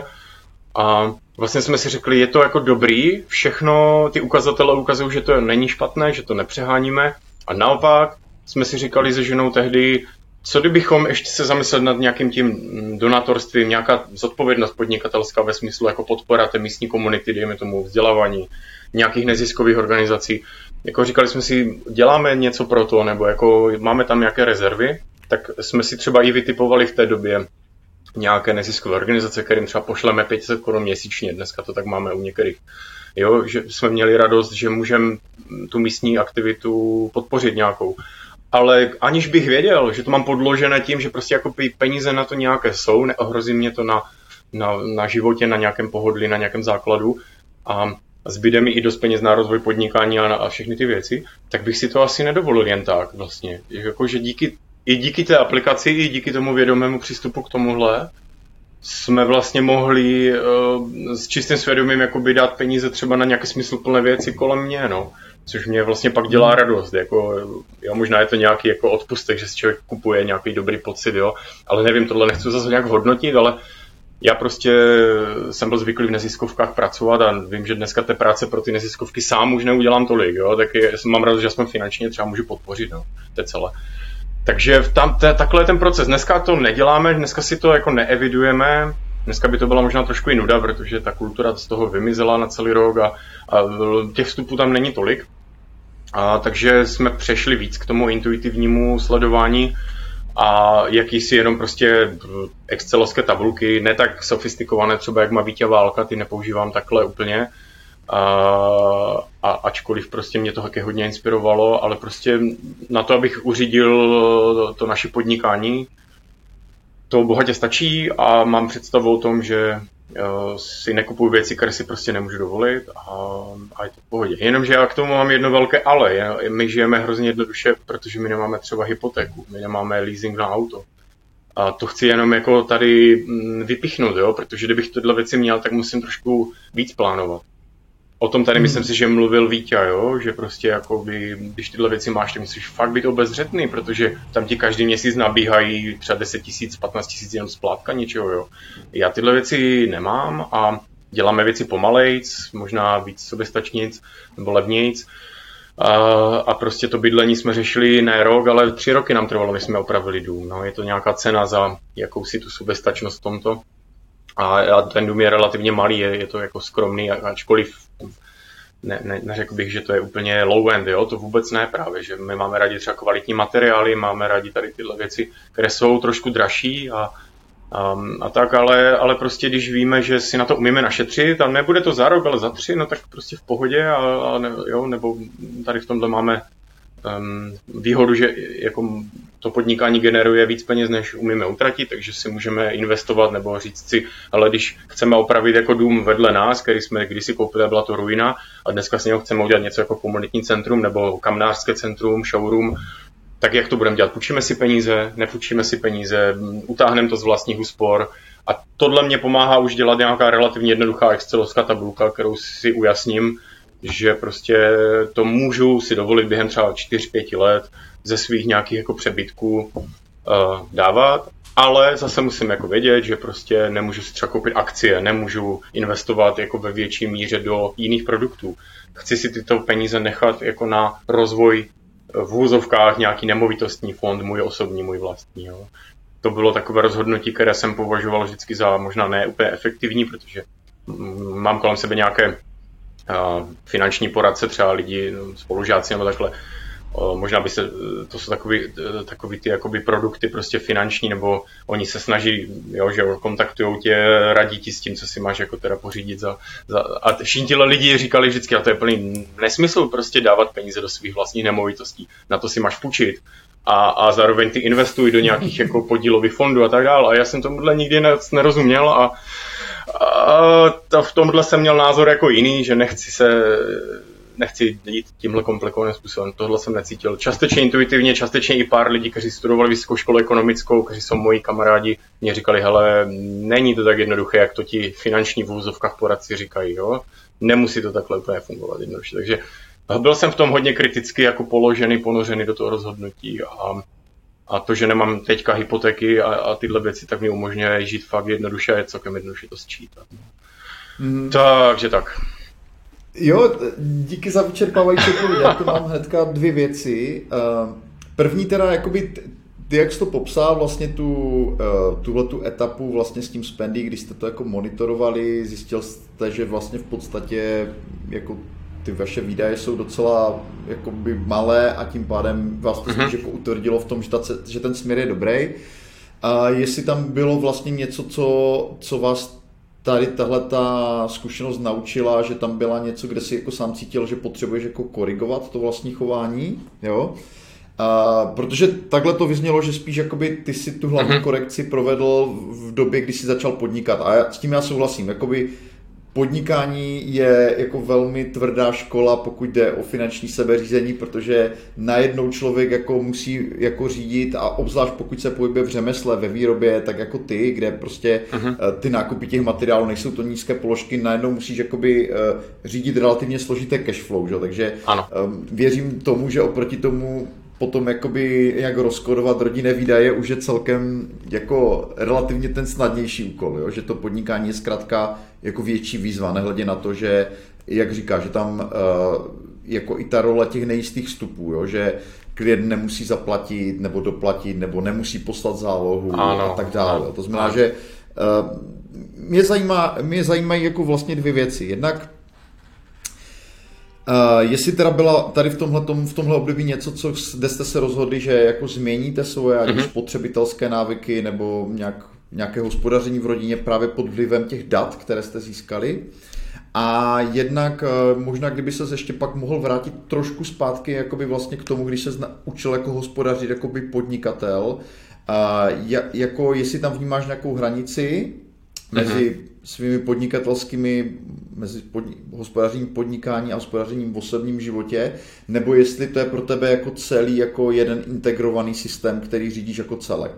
a vlastně jsme si řekli, je to jako dobrý, všechno ty ukazatele ukazují, že to není špatné, že to nepřeháníme a naopak jsme si říkali se ženou tehdy, co kdybychom ještě se zamyslet nad nějakým tím donatorstvím, nějaká zodpovědnost podnikatelská ve smyslu jako podpora té místní komunity, dejme tomu vzdělávání, nějakých neziskových organizací. Jako říkali jsme si, děláme něco pro to, nebo jako máme tam nějaké rezervy, tak jsme si třeba i vytipovali v té době nějaké neziskové organizace, kterým třeba pošleme pět set korun měsíčně, dneska to tak máme u některých. Jo, že jsme měli radost, že můžeme tu místní aktivitu podpořit nějakou. Ale aniž bych věděl, že to mám podložené tím, že prostě jako peníze na to nějaké jsou, neohrozí mě to na, na, na životě, na nějakém pohodlí, na nějakém základu a zbyde mi i dost peněz na rozvoj podnikání a, na, a všechny ty věci, tak bych si to asi nedovolil jen tak vlastně. Jakože díky, i díky té aplikaci, i díky tomu vědomému přístupu k tomuhle jsme vlastně mohli uh, s čistým svědomím jakoby dát peníze třeba na nějaké smysluplné věci kolem mě, no. Což mě vlastně pak dělá radost, jako, jo, možná je to nějaký jako odpustek, že si člověk kupuje nějaký dobrý pocit, jo, ale nevím, tohle nechci zase nějak hodnotit, ale já prostě jsem byl zvyklý v neziskovkách pracovat a vím, že dneska té práce pro ty neziskovky sám už neudělám tolik, jo, tak je, mám radost, že aspoň finančně třeba můžu podpořit, no, to je celé. Takže tam, t- takhle je ten proces. Dneska to neděláme, dneska si to jako neevidujeme, dneska by to byla možná trošku i nuda, protože ta kultura z toho vymizela na celý rok a, a těch vstupů tam není tolik. A takže jsme přešli víc k tomu intuitivnímu sledování a jakýsi jenom prostě excelovské tabulky, ne tak sofistikované třeba jak má Vítě Válka, ty nepoužívám takhle úplně. A, a ačkoliv prostě mě to taky hodně inspirovalo, ale prostě na to, abych uřídil to naše podnikání, to bohatě stačí a mám představu o tom, že si nekupuju věci, které si prostě nemůžu dovolit a, a je to v pohodě. Jenomže já k tomu mám jedno velké ale. My žijeme hrozně jednoduše, protože my nemáme třeba hypotéku, my nemáme leasing na auto. A to chci jenom jako tady vypichnout, jo? Protože kdybych tyhle věci měl, tak musím trošku víc plánovat. O tom tady hmm. myslím si, že mluvil Vítě, jo? Že prostě jako by, když tyhle věci máš, tak musíš fakt být obezřetný, protože tam ti každý měsíc nabíhají třeba deset tisíc, patnáct tisíc jenom splátka něčeho, jo. Já tyhle věci nemám a děláme věci pomalejc, možná víc soběstačnic nebo levnějc. A, a prostě to bydlení jsme řešili ne rok, ale tři roky nám trvalo, my jsme opravili dům. No, je to nějaká cena za jakousi tu soběstačnost v tomto. A ten dům je relativně malý, je, je to jako skromný, ačkoliv ne, ne, neřekl bych, že to je úplně low end, jo? To vůbec ne právě, že my máme rádi třeba kvalitní materiály, máme rádi tady tyhle věci, které jsou trošku dražší a, a, a tak, ale, ale prostě když víme, že si na to umíme našetřit a nebude to za rok, ale za tři, no tak prostě v pohodě a, a ne, jo, nebo tady v tomhle máme um, výhodu, že jako to podnikání generuje víc peněz, než umíme utratit, takže si můžeme investovat nebo říct si, ale když chceme opravit jako dům vedle nás, který jsme kdysi koupili, byla to ruina, a dneska s něho chceme udělat něco jako komunitní centrum nebo kamnářské centrum, showroom, tak jak to budeme dělat? Půjčíme si peníze, nepůjčíme si peníze, utáhneme to z vlastních úspor a tohle mě pomáhá už dělat nějaká relativně jednoduchá excelovská tabulka, kterou si ujasním, že prostě to můžu si dovolit během třeba čtyři pět let ze svých nějakých jako přebytků uh, dávat ale zase musím jako vědět, že prostě nemůžu si třeba koupit akcie, nemůžu investovat jako ve větší míře do jiných produktů. Chci si tyto peníze nechat jako na rozvoj v úvozovkách nějaký nemovitostní fond, můj osobní, můj vlastní. Jo. To bylo takové rozhodnutí, které jsem považoval vždycky za možná ne úplně efektivní, protože mám kolem sebe nějaké finanční poradce, třeba lidi, spolužáci nebo takhle. Možná by se, to jsou takový, takový ty jakoby produkty prostě finanční, nebo oni se snaží, jo, že kontaktujou tě, radí ti s tím, co si máš jako teda pořídit za, za a všichni tyhle lidi říkali vždycky, a to je plný nesmysl prostě dávat peníze do svých vlastních nemovitostí, na to si máš půjčit a, a zároveň ty investuj do nějakých jako podílových fondů a tak dále a já jsem tomuhle nikdy nerozuměl a, a v tomhle jsem měl názor jako jiný, že nechci se nechci jít tímhle komplikovaným způsobem. Tohle jsem necítil. Částečně intuitivně, částečně i pár lidí, kteří studovali vysokou školu ekonomickou, kteří jsou moji kamarádi, mě říkali, hele, není to tak jednoduché, jak to ti finanční v úvozovkách poradci říkají, jo. Nemusí to takhle úplně fungovat jednoduše. Takže byl jsem v tom hodně kriticky jako položený, ponořený do toho rozhodnutí a, a to, že nemám teďka hypotéky a, a tyhle věci, tak mi umožňuje žít fakt jednoduše a je celkem jednoduše to sčítat. Mm. Takže tak. Jo, díky za vyčerpávající odpověď. Já tu mám hnedka dvě věci. První teda, jakoby, ty jak jsi to popsal, vlastně tu, tuhletu etapu vlastně s tím Spendy, když jste to jako monitorovali, zjistil jste, že vlastně v podstatě jako ty vaše výdaje jsou docela jakoby malé a tím pádem vás to spíš jako utvrdilo v tom, že, ta, že ten směr je dobrý. A jestli tam bylo vlastně něco, co, co vás tady tahle ta zkušenost naučila, že tam byla něco, kde si jako sám cítil, že potřebuješ jako korigovat to vlastní chování, jo? A, protože takhle to vyznělo, že spíš jakoby ty si tu hlavní korekci provedl v době, kdy jsi začal podnikat a já, s tím já souhlasím, jakoby podnikání je jako velmi tvrdá škola, pokud jde o finanční sebeřízení, protože najednou člověk jako musí jako řídit a obzvlášť pokud se pohybuje v řemesle, ve výrobě, tak jako ty, kde prostě uh-huh. ty nákupy těch materiálů nejsou to nízké položky, najednou musíš jakoby řídit relativně složité cashflow, že? Takže ano. Věřím tomu, že oproti tomu potom jakoby jak rozkodovat rodinné výdaje už je celkem jako relativně ten snadnější úkol, jo? Že to podnikání je zkrátka jako větší výzva, nehledě na to, že jak říká, že tam uh, jako i ta role těch nejistých vstupů, jo? Že klient nemusí zaplatit nebo doplatit nebo nemusí poslat zálohu ano, a tak dále. Ano, to znamená, ano. že uh, mě, zajímá, mě zajímají jako vlastně dvě věci. Jednak Uh, jestli teda byla tady v tomhletom, v tomhle období něco, co, kde jste se rozhodli, že jako změníte svoje ať už mm-hmm. spotřebitelské návyky nebo nějak, nějaké hospodaření v rodině právě pod vlivem těch dat, které jste získali. A jednak uh, možná, kdyby se ještě pak mohl vrátit trošku zpátky jakoby vlastně k tomu, když se zna, učil jako hospodařit jakoby podnikatel, uh, ja, jako jestli tam vnímáš nějakou hranici mezi mm-hmm. svými podnikatelskými, mezi podni- hospodařením podnikání a hospodařením v osobním životě, nebo jestli to je pro tebe jako celý, jako jeden integrovaný systém, který řídíš jako celek?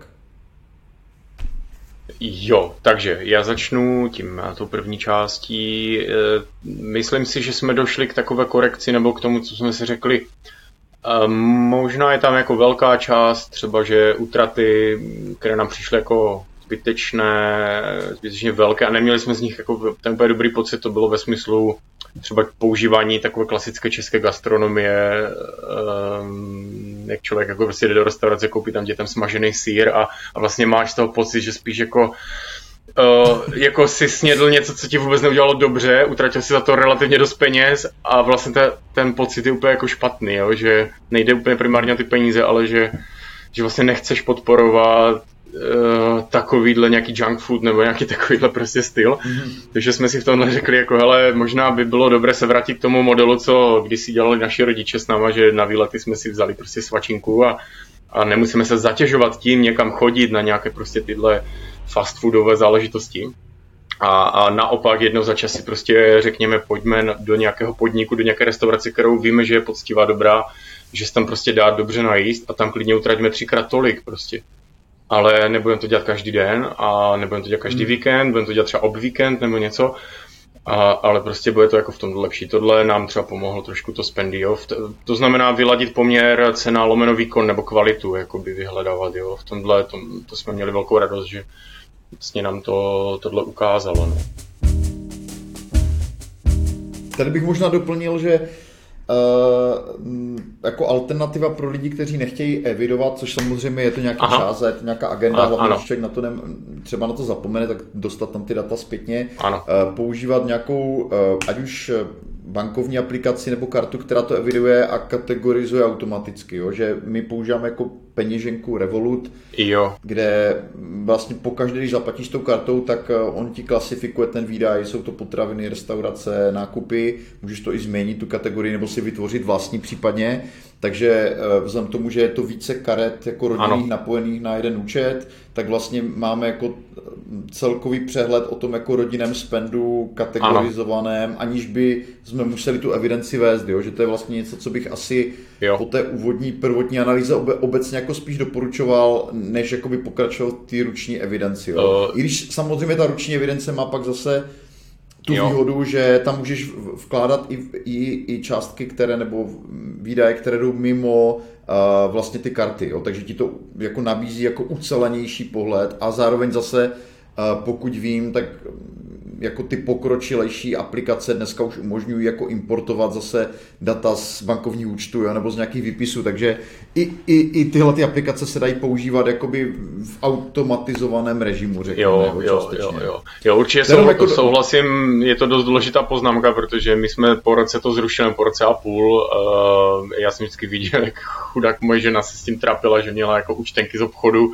Jo, takže já začnu tím, tou první částí. Myslím si, že jsme došli k takové korekci, nebo k tomu, co jsme si řekli. Možná je tam jako velká část, třeba že útraty, které nám přišly jako zbytečné, zbytečně velké a neměli jsme z nich jako ten úplně dobrý pocit, to bylo ve smyslu třeba používání takové klasické české gastronomie, um, jak člověk jako prostě jde do restaurace, koupí tam dětem smažený sýr a, a vlastně máš z toho pocit, že spíš jako Uh, jako si snědl něco, co ti vůbec neudělalo dobře, utratil si za to relativně dost peněz a vlastně te, ten pocit je úplně jako špatný, jo? Že nejde úplně primárně o ty peníze, ale že, že vlastně nechceš podporovat Uh, takovýhle nějaký junk food nebo nějaký takovýhle prostě styl. Mm-hmm. Takže jsme si v tomhle řekli, jako hele, možná by bylo dobré se vrátit k tomu modelu, co kdysi dělali naši rodiče s náma, že na výlety jsme si vzali prostě svačinku a, a nemusíme se zatěžovat tím někam chodit na nějaké prostě tyhle fast foodové záležitosti. A, a naopak jednou za čas si prostě řekněme, pojďme do nějakého podniku, do nějaké restaurace, kterou víme, že je poctivá, dobrá, že se tam prostě dá dobře najíst a tam klidně utraťme třikrát tolik prostě. Ale nebudeme to dělat každý den a nebudeme to dělat každý hmm. víkend, budeme to dělat třeba ob víkend nebo něco. A, ale prostě bude to jako v tomhle lepší. Tohle nám třeba pomohlo trošku to spendy, jo. To znamená vyladit poměr cena lomeno výkon nebo kvalitu, jakoby vyhledávat, jo. V tomhle to, to jsme měli velkou radost, že vlastně nám to tohle ukázalo, no. Tady bych možná doplnil, že Uh, jako alternativa pro lidi, kteří nechtějí evidovat, což samozřejmě je to nějaký čas, je to nějaká agenda, hlavně když člověk na to ne, třeba na to zapomene, tak dostat tam ty data zpětně, uh, používat nějakou, uh, ať už bankovní aplikaci nebo kartu, která to eviduje a kategorizuje automaticky, jo? Že my používáme jako peněženku Revolut, jo. kde vlastně pokaždé, když zaplatíš tou kartou, tak on ti klasifikuje ten výdaj, jsou to potraviny, restaurace, nákupy, můžeš to i změnit tu kategorii nebo si vytvořit vlastní případně, takže vzhledem k tomu, že je to více karet jako rodinných napojených na jeden účet, tak vlastně máme jako celkový přehled o tom jako rodinném spendu kategorizovaném, ano. aniž by jsme museli tu evidenci vést, jo? Že to je vlastně něco, co bych asi jo. po té úvodní prvotní analýze obe, obecně jako spíš doporučoval, než jakoby pokračovat v té ruční evidenci. Jo? Uh, I když samozřejmě ta ruční evidence má pak zase tu jo. výhodu, že tam můžeš vkládat i, i, i částky, které nebo výdaje, které jdou mimo uh, vlastně ty karty, jo? Takže ti to jako nabízí jako ucelenější pohled a zároveň zase, uh, pokud vím, tak jako ty pokročilejší aplikace dneska už umožňují jako importovat zase data z bankovního účtu, jo, nebo z nějakých výpisů, takže i, i, i tyhle ty aplikace se dají používat jakoby v automatizovaném režimu, řekněme. Jo, jo, jo, jo. jo určitě sou, jako... souhlasím, je to dost důležitá poznámka, protože my jsme po roce to zrušili, po roce a půl. Uh, já jsem vždycky viděl, jak chudák moje žena se s tím trápila, že měla jako účtenky z obchodu.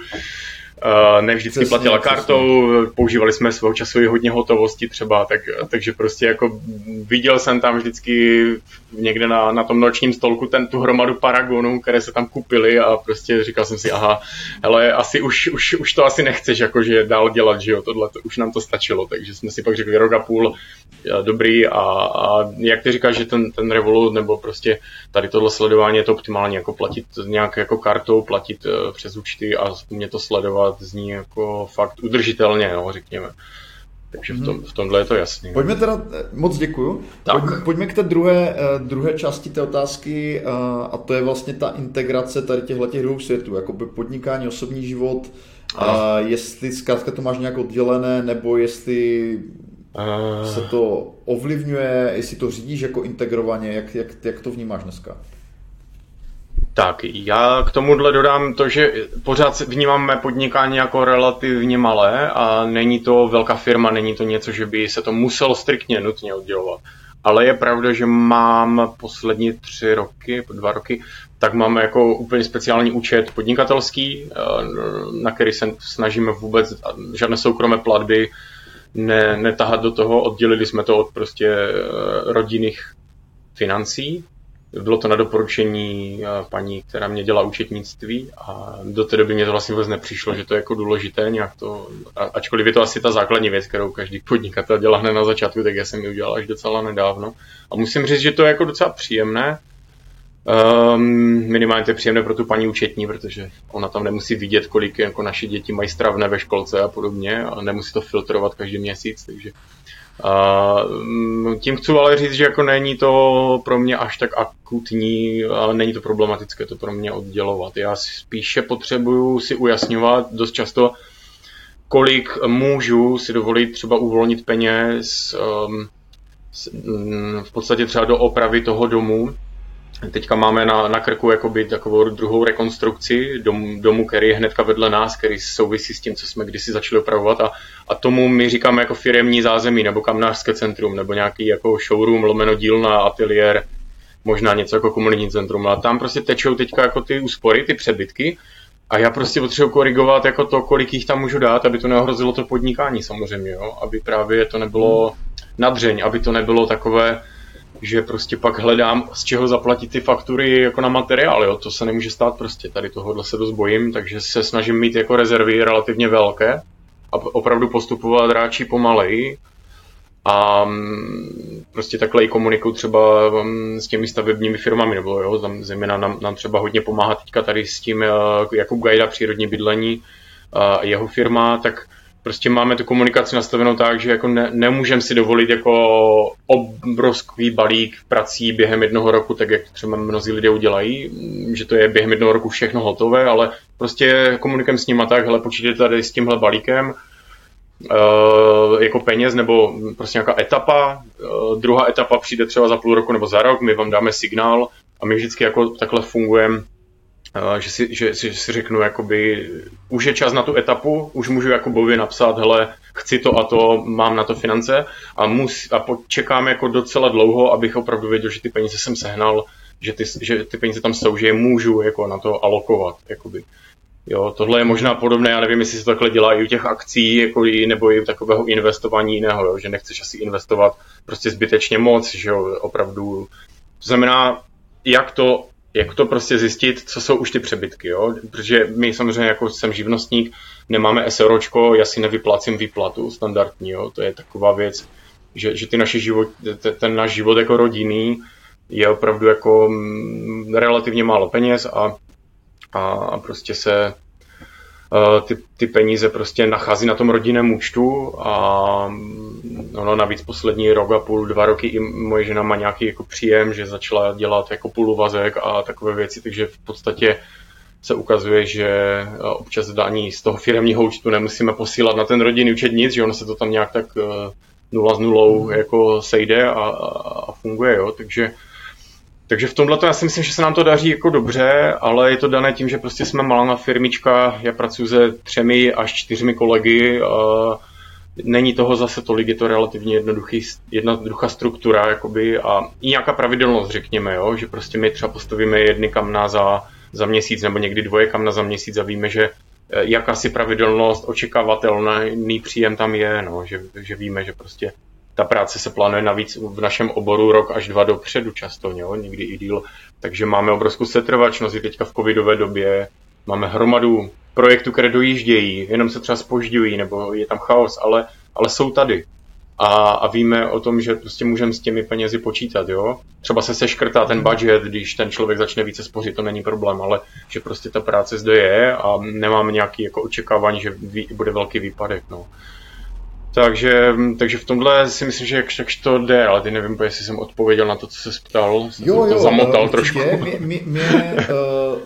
Uh, ne vždycky přesně, platila kartou, přesně. Používali jsme svého času i hodně hotovosti třeba, tak, takže prostě jako viděl jsem tam vždycky někde na, na tom nočním stolku ten, tu hromadu paragonů, které se tam kupily a prostě říkal jsem si, aha, hele, asi už, už, už to asi nechceš jakože dál dělat, že jo, tohle, to, už nám to stačilo, takže jsme si pak řekli rok a půl, dobrý a, a jak ty říkáš, že ten, ten Revolut nebo prostě tady tohle sledování je to optimální, jako platit nějak jako kartou, platit uh, přes účty a mě to sledovat zní jako fakt udržitelně, no, řekněme. Takže v, tom, v tomhle je to jasný. Pojďme teda, moc děkuju. Pojďme, pojďme k té druhé, druhé části té otázky a to je vlastně ta integrace tady těchto těch dvou světů, jakoby podnikání, osobní život, a jestli zkrátka to máš nějak oddělené, nebo jestli uh... se to ovlivňuje, jestli to řídíš jako integrovaně, jak, jak, jak to vnímáš dneska? Tak, já k tomuhle dodám to, že pořád vnímáme podnikání jako relativně malé a není to velká firma, není to něco, že by se to muselo striktně nutně oddělovat. Ale je pravda, že mám poslední tři roky, dva roky, tak máme jako úplně speciální účet podnikatelský, na který se snažíme vůbec žádné soukromé platby ne, netahat do toho. Oddělili jsme to od prostě rodinných financí. Bylo to na doporučení paní, která mě dělá účetnictví a do té doby mě to vlastně vůbec nepřišlo, že to je jako důležité nějak to, ačkoliv je to asi ta základní věc, kterou každý podnikatel dělá hned na začátku, tak já jsem ji udělal až docela nedávno. A musím říct, že to je jako docela příjemné. Um, minimálně to je příjemné pro tu paní účetní, protože ona tam nemusí vidět, kolik jako naše děti mají stravné ve školce a podobně a nemusí to filtrovat každý měsíc, takže Uh, tím chci ale říct, že jako není to pro mě až tak akutní, ale není to problematické to pro mě oddělovat. Já spíše potřebuju si ujasňovat dost často, kolik můžu si dovolit třeba uvolnit peněz um, v podstatě třeba do opravy toho domu. Teďka máme na, na krku jakoby takovou druhou rekonstrukci dom, domu, který je hnedka vedle nás, který souvisí s tím, co jsme kdysi začali opravovat a, a tomu my říkáme jako firemní zázemí nebo kamnářské centrum nebo nějaký jako showroom, lomeno dílna, ateliér, možná něco jako komunitní centrum a tam prostě tečou teďka jako ty úspory, ty přebytky a já prostě potřebuji korigovat jako to, kolik jich tam můžu dát, aby to neohrozilo to podnikání samozřejmě, jo? Aby právě to nebylo nadřeň, aby to nebylo takové, že prostě pak hledám, z čeho zaplatit ty faktury jako na materiál, jo? To se nemůže stát prostě, tady tohohle se dost bojím, takže se snažím mít jako rezervy relativně velké a opravdu postupovat radši pomaleji a prostě takhle i komunikuju třeba s těmi stavebními firmami, nebo jo, tam zejména nám, nám třeba hodně pomáhá teďka tady s tím Jakub Gajda, přírodní bydlení, a jeho firma, tak prostě máme tu komunikaci nastavenou tak, že jako ne, nemůžeme si dovolit jako obrovský balík prací během jednoho roku, tak jak třeba mnozí lidé udělají, že to je během jednoho roku všechno hotové, ale prostě komunikujeme s nima tak, hele, počítejte tady s tímhle balíkem, Uh, jako peněz nebo prostě nějaká etapa, uh, druhá etapa přijde třeba za půl roku nebo za rok, my vám dáme signál a my vždycky jako takhle fungujeme, uh, že, si, že, že si řeknu, jakoby, už je čas na tu etapu, už můžu jako Bovi napsat, hele, chci to a to, mám na to finance a, mus, a čekám jako docela dlouho, abych opravdu věděl, že ty peníze jsem sehnal, že ty, že ty peníze tam jsou, že je můžu jako na to alokovat, jakoby. Jo, tohle je možná podobné, já nevím, jestli se to takhle dělá i u těch akcí, jako i, nebo i u takového investování jiného, jo, že nechceš asi investovat prostě zbytečně moc, že jo, opravdu. To znamená, jak to, jak to prostě zjistit, co jsou už ty přebytky, jo, protože my samozřejmě, jako jsem živnostník, nemáme SROčko, já si nevyplácím výplatu standardní, jo, to je taková věc, že, že ty naše život, ten náš život jako rodinný je opravdu jako relativně málo peněz a a prostě se uh, ty, ty peníze prostě nachází na tom rodinném účtu a no, navíc poslední rok a půl, dva roky i moje žena má nějaký jako příjem, že začala dělat jako půluvazek a takové věci, takže v podstatě se ukazuje, že občas daní z toho firemního účtu nemusíme posílat na ten rodinný účet nic, že ono se to tam nějak tak uh, nula s nulou jako sejde a, a, a funguje, jo, takže Takže v tomhle já si myslím, že se nám to daří jako dobře, ale je to dané tím, že prostě jsme malá firmička, já pracuji se třemi až čtyřmi kolegy, a není toho zase tolik, je to relativně jednoduchý, jednoduchá struktura jakoby, a i nějaká pravidelnost, řekněme, jo? Že prostě my třeba postavíme jedny kamna za, za měsíc nebo někdy dvoje kamna za měsíc a víme, že jakási pravidelnost, očekávatelný příjem tam je, no? že, že víme, že prostě ta práce se plánuje navíc v našem oboru rok až dva dopředu často, jo, někdy i díl. Takže máme obrovskou setrvačnost i teďka v covidové době. Máme hromadu projektů, které dojíždějí, jenom se třeba zpožďují, nebo je tam chaos, ale, ale jsou tady. A, a víme o tom, že prostě můžeme s těmi penězi počítat, jo. Třeba se seškrtá ten budget, když ten člověk začne více spořit, to není problém, ale že prostě ta práce zde je a nemáme nějaké jako očekávání, že bude velký výpadek, no. Takže, takže v tomhle si myslím, že jak, jak to jde, ale ty nevím, jestli jsem odpověděl na to, co se ptal, jsem jo, to jo, zamotal určitě. trošku. Mě, mě, mě, uh,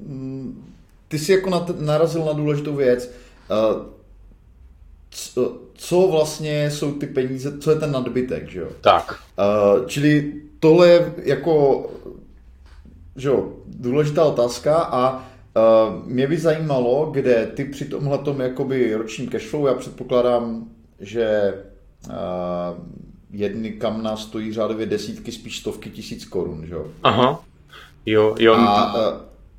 ty jsi jako narazil na důležitou věc. Uh, co, co vlastně jsou ty peníze, co je ten nadbytek, že jo? Tak. Uh, čili tohle je jako, že jo, důležitá otázka a uh, mě by zajímalo, kde ty při tomhletom jakoby ročním cashflow, já předpokládám, že uh, jedny kamna stojí řádově desítky, spíš stovky tisíc korun, že jo? Aha, jo, jo. A uh,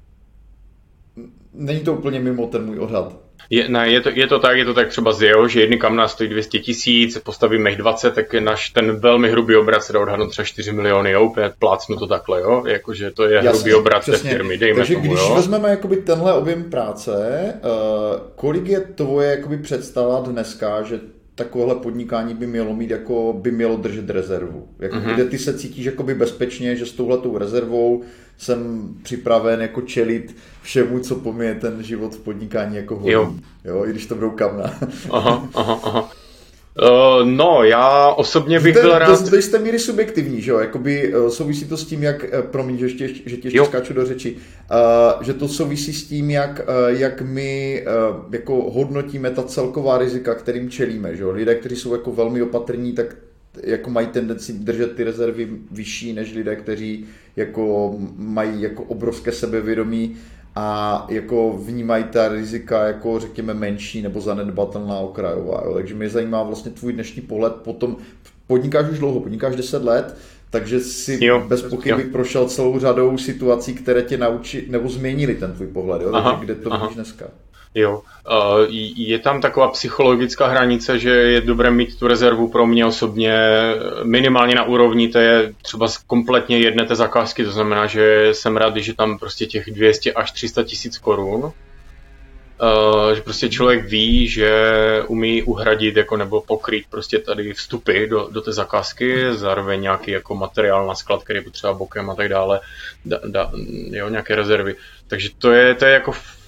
není to úplně mimo ten můj odhad. Je, ne, je to, je to tak, je to tak třeba z jeho, že jedny kamna stojí dvě stě tisíc, postavíme jich dvacet, tak je náš ten velmi hrubý obrat se dá odhadnout třeba čtyři miliony, jo, úplně plácnu to takhle, jo, jakože to je Jasně, hrubý obrat té přesně. firmy, dejme Takže tomu, když jo. vezmeme jakoby tenhle objem práce, uh, kolik je tvoje jakoby představa dneska, že takovéhle podnikání by mělo mít, jako by mělo držet rezervu. Jako, mm-hmm. Kde ty se cítíš jakoby bezpečně, že s touhletou rezervou jsem připraven jako čelit všemu, co po mě ten život v podnikání jako hodí. Jo. Jo, i když to budou kamna. Aha, aha, aha. Uh, no, já osobně bych Ten, byl rád... To, to jste míry subjektivní, že jo? Jakoby uh, souvisí to s tím, jak, uh, promiň, že, ještě, že tě ještě skáču do řeči, uh, že to souvisí s tím, jak, uh, jak my uh, jako hodnotíme ta celková rizika, kterým čelíme, že jo? Lidé, kteří jsou jako velmi opatrní, tak jako mají tendenci držet ty rezervy vyšší než lidé, kteří jako mají jako obrovské sebevědomí a jako vnímají ta rizika jako řekněme menší nebo zanedbatelná okrajová. Jo. Takže mě zajímá vlastně tvůj dnešní pohled. Potom podnikáš už dlouho, podnikáš deset let, takže si jo, bez pochyby jo. prošel celou řadou situací, které tě naučí nebo změnili ten tvůj pohled. Jo. Aha, takže kde to aha. vidíš dneska? Jo, je tam taková psychologická hranice, že je dobré mít tu rezervu pro mě osobně minimálně na úrovni té třeba kompletně jedné té zakázky, to znamená, že jsem rád, že tam prostě těch dvě stě až tři sta tisíc korun, že prostě člověk ví, že umí uhradit jako nebo pokrýt prostě tady vstupy do, do té zakázky, zároveň nějaký jako materiál na sklad, který je potřeba bokem a tak dále, da, da, jo, nějaké rezervy. Takže to je, to je jako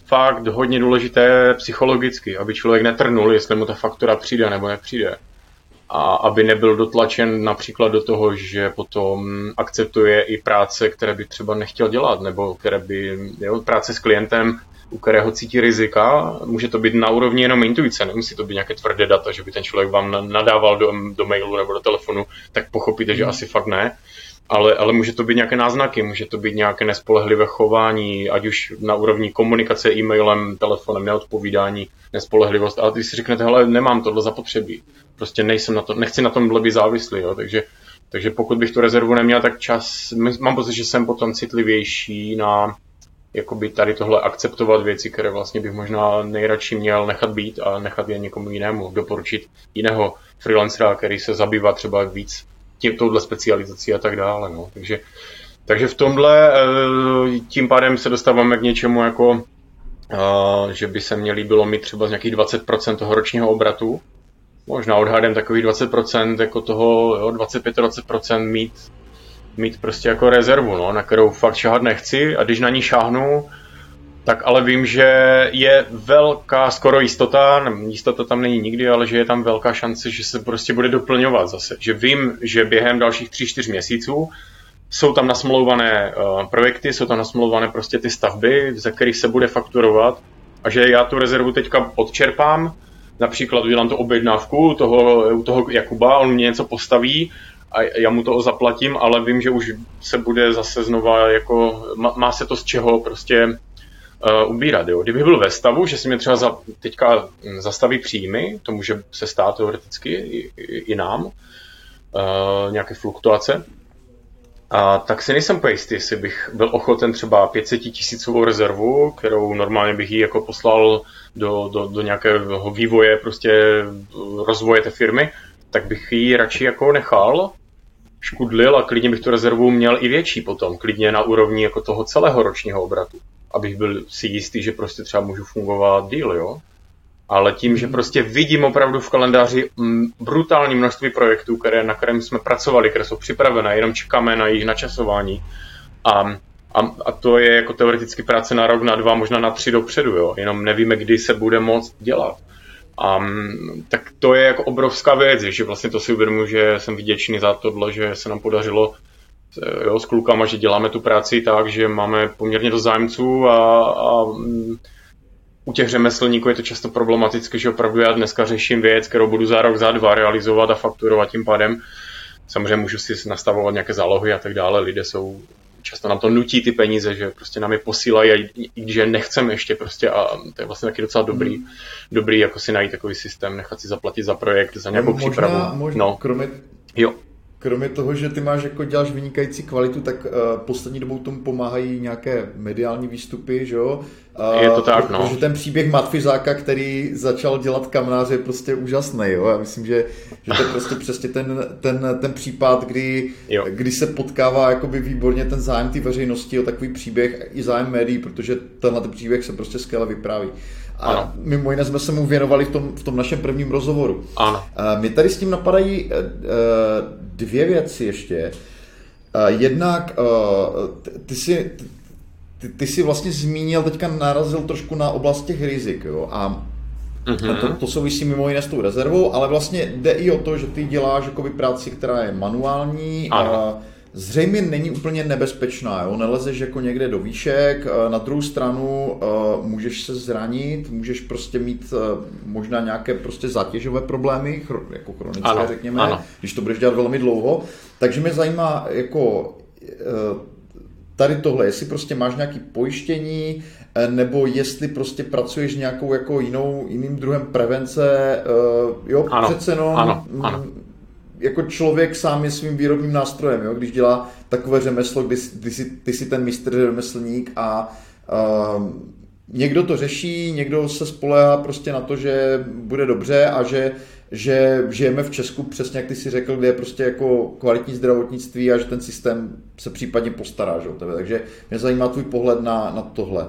fakt hodně důležité psychologicky, aby člověk netrnul, jestli mu ta faktura přijde nebo nepřijde. A aby nebyl dotlačen například do toho, že potom akceptuje i práce, které by třeba nechtěl dělat, nebo které by, jo, práce s klientem, u kterého cítí rizika. Může to být na úrovni jenom intuice, nemusí to být nějaké tvrdé data, že by ten člověk vám nadával do, do mailu nebo do telefonu, tak pochopíte, že asi fakt ne. Ale, ale může to být nějaké náznaky, může to být nějaké nespolehlivé chování, ať už na úrovni komunikace e-mailem, telefonem, neodpovídání, nespolehlivost. Ale když si řeknete, hele, nemám tohle zapotřebí, prostě nejsem na to, nechci na tomhle být závislý, jo. Takže, takže pokud bych tu rezervu neměl, tak čas, mám pocit, že jsem potom citlivější na jakoby tady tohle akceptovat věci, které vlastně bych možná nejradši měl nechat být a nechat je někomu jinému, doporučit jiného freelancera, který se zabývá třeba víc tím, touhle specializací a tak dále. No. Takže, takže v tomhle tím pádem se dostáváme k něčemu jako, že by se mě líbilo mít třeba z nějakých dvacet procent toho ročního obratu, možná odhadem takových dvacet procent jako toho, jo, dvacet pět až dvacet procent mít, mít prostě jako rezervu, no, na kterou fakt šáhat nechci a když na ní šáhnu, tak ale vím, že je velká skoro jistota, jistota tam není nikdy, ale že je tam velká šance, že se prostě bude doplňovat zase. Že vím, že během dalších tři čtyři měsíců jsou tam nasmlouvané uh, projekty, jsou tam nasmlouvané prostě ty stavby, ze kterých se bude fakturovat a že já tu rezervu teďka odčerpám, například udělám to objednávku toho, u toho Jakuba, on mě něco postaví a já mu to zaplatím, ale vím, že už se bude zase znova jako, má, má se to z čeho prostě Uh, ubírat. Jo. Kdybych byl ve stavu, že si mě třeba za, teďka zastaví příjmy, to může se stát teoreticky i, i, i nám, uh, nějaké fluktuace, a tak si nejsem pojistý, jestli bych byl ochoten třeba pět set tisícovou rezervu, kterou normálně bych ji jako poslal do, do, do nějakého vývoje, prostě rozvoje té firmy, tak bych ji radši jako nechal, škudlil a klidně bych tu rezervu měl i větší potom, klidně na úrovni jako toho celého ročního obratu. Abych byl si jistý, že prostě třeba můžu fungovat díl, jo. Ale tím, že prostě vidím opravdu v kalendáři brutální množství projektů, které, na kterém jsme pracovali, které jsou připravené, jenom čekáme na jejich načasování. A, a, a to je jako teoreticky práce na rok, na dva, možná na tři dopředu, jo. Jenom nevíme, kdy se bude moct dělat. A tak to je jako obrovská věc, že vlastně to si uvědomuji, že jsem vděčný za tohle, že se nám podařilo, jo, s klukama, že děláme tu práci tak, že máme poměrně dost zájemců a, a u těch řemeslníků je to často problematické, že opravdu já dneska řeším věc, kterou budu za rok, za dva realizovat a fakturovat tím pádem. Samozřejmě můžu si nastavovat nějaké zálohy a tak dále, lidé jsou, často nám to nutí ty peníze, že prostě nám je posílají, i když je nechceme ještě prostě a to je vlastně taky docela dobrý, hmm. dobrý jako si najít takový systém, nechat si zaplatit za projekt, za nějakou možná, přípravu. Možná, no. kromě... Jo. Kromě toho, že ty máš jako děláš vynikající kvalitu, tak uh, poslední dobou tomu pomáhají nějaké mediální výstupy, že jo? Uh, je to tak, no. Protože ten příběh Matfizáka, který začal dělat kamnáře, je prostě úžasný, jo? Já myslím, že, že to je prostě přesně ten, ten, ten případ, kdy, kdy se potkává jakoby výborně ten zájem té veřejnosti o takový příběh i zájem médií, protože tenhle ten příběh se prostě skvěle vypráví. A ano. Mimo jiné jsme se mu věnovali v tom, v tom našem prvním rozhovoru. Ano. Mě tady s tím napadají dvě věci ještě. Jednak ty jsi, ty, ty jsi vlastně zmínil, teďka narazil trošku na oblast těch rizik, jo? A mm-hmm. to, to souvisí mimo jiné s tou rezervou, ale vlastně jde i o to, že ty děláš jakoby práci, která je manuální. Ano. A zřejmě není úplně nebezpečná, jo? Nelezeš jako někde do výšek, na druhou stranu můžeš se zranit, můžeš prostě mít možná nějaké prostě zátěžové problémy, jako chronické, ano, řekněme, ano. Když to budeš dělat velmi dlouho. Takže mě zajímá jako tady tohle, jestli prostě máš nějaké pojištění, nebo jestli prostě pracuješ nějakou jako jinou, jiným druhem prevence, jo, ano, přece jenom... Ano, ano. Jako člověk sám je svým výrobním nástrojem, jo? Když dělá takové řemeslo, kdy, kdy jsi, ty jsi ten mistr řemeslník a uh, někdo to řeší, někdo se spoléhá prostě na to, že bude dobře a že, že žijeme v Česku, přesně jak ty si řekl, kde je prostě jako kvalitní zdravotnictví a že ten systém se případně postará, že? Takže mě zajímá tvůj pohled na, na tohle.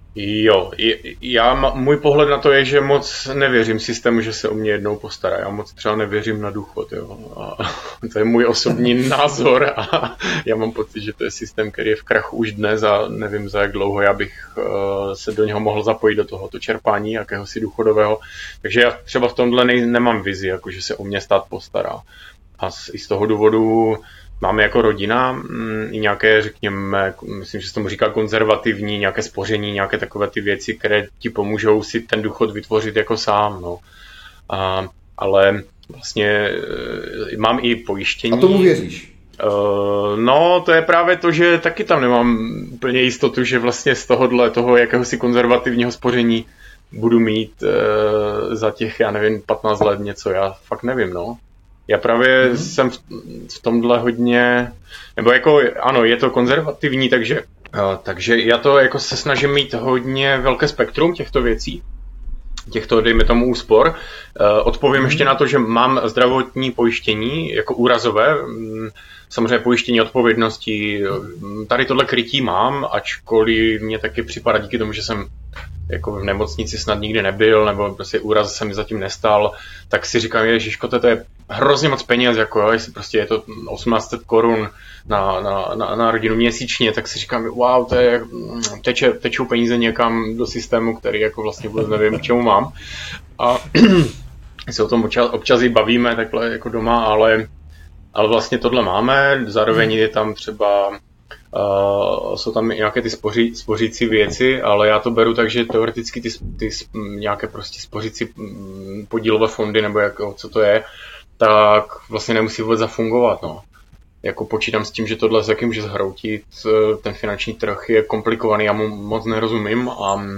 Jo, já, můj pohled na to je, že moc nevěřím systému, že se o mě jednou postará. Já moc třeba nevěřím na důchod, jo. A to je můj osobní názor a já mám pocit, že to je systém, který je v krachu už dnes a nevím, za jak dlouho já bych se do něho mohl zapojit, do tohoto čerpání jakéhosi důchodového. Takže já třeba v tomhle ne, nemám vizi, jako že se o mě stát postará. A z, i z toho důvodu máme jako rodina i nějaké, řekněme, myslím, že se tomu říká konzervativní, nějaké spoření, nějaké takové ty věci, které ti pomůžou si ten důchod vytvořit jako sám, no. A, ale vlastně mám i pojištění. A tomu věříš? Uh, no, to je právě to, že taky tam nemám úplně jistotu, že vlastně z tohohle, toho jakéhosi konzervativního spoření budu mít uh, za těch, já nevím, patnáct let něco, já fakt nevím, no. Já právě mm-hmm. jsem v, v tomhle hodně, nebo jako ano, je to konzervativní, takže, uh, takže já to jako se snažím mít hodně velké spektrum těchto věcí, těchto, dejme tomu, úspor. Uh, odpovím mm-hmm. ještě na to, že mám zdravotní pojištění, jako úrazové, samozřejmě pojištění odpovědnosti, tady tohle krytí mám, ačkoliv mě taky připadá díky tomu, že jsem jako v nemocnici snad nikdy nebyl, nebo prostě úraz se mi zatím nestal, tak si říkám, ježiško, to je hrozně moc peněz, jako jo, jestli prostě je to osmnáct set korun na, na, na, na rodinu měsíčně, tak si říkám, wow, to je, teče, tečou peníze někam do systému, který jako vlastně vůbec nevím, k čemu mám. A se o tom občas, občas i bavíme takhle jako doma, ale, ale vlastně tohle máme, zároveň je tam třeba Uh, jsou tam nějaké ty spoří, spořící věci, ale já to beru tak, že teoreticky ty, ty nějaké prostě spořící podílové fondy, nebo jak, co to je, tak vlastně nemusí vůbec zafungovat, no. Jako počítám s tím, že tohle se jaký může zhroutit, ten finanční trh je komplikovaný, já mu moc nerozumím a uh,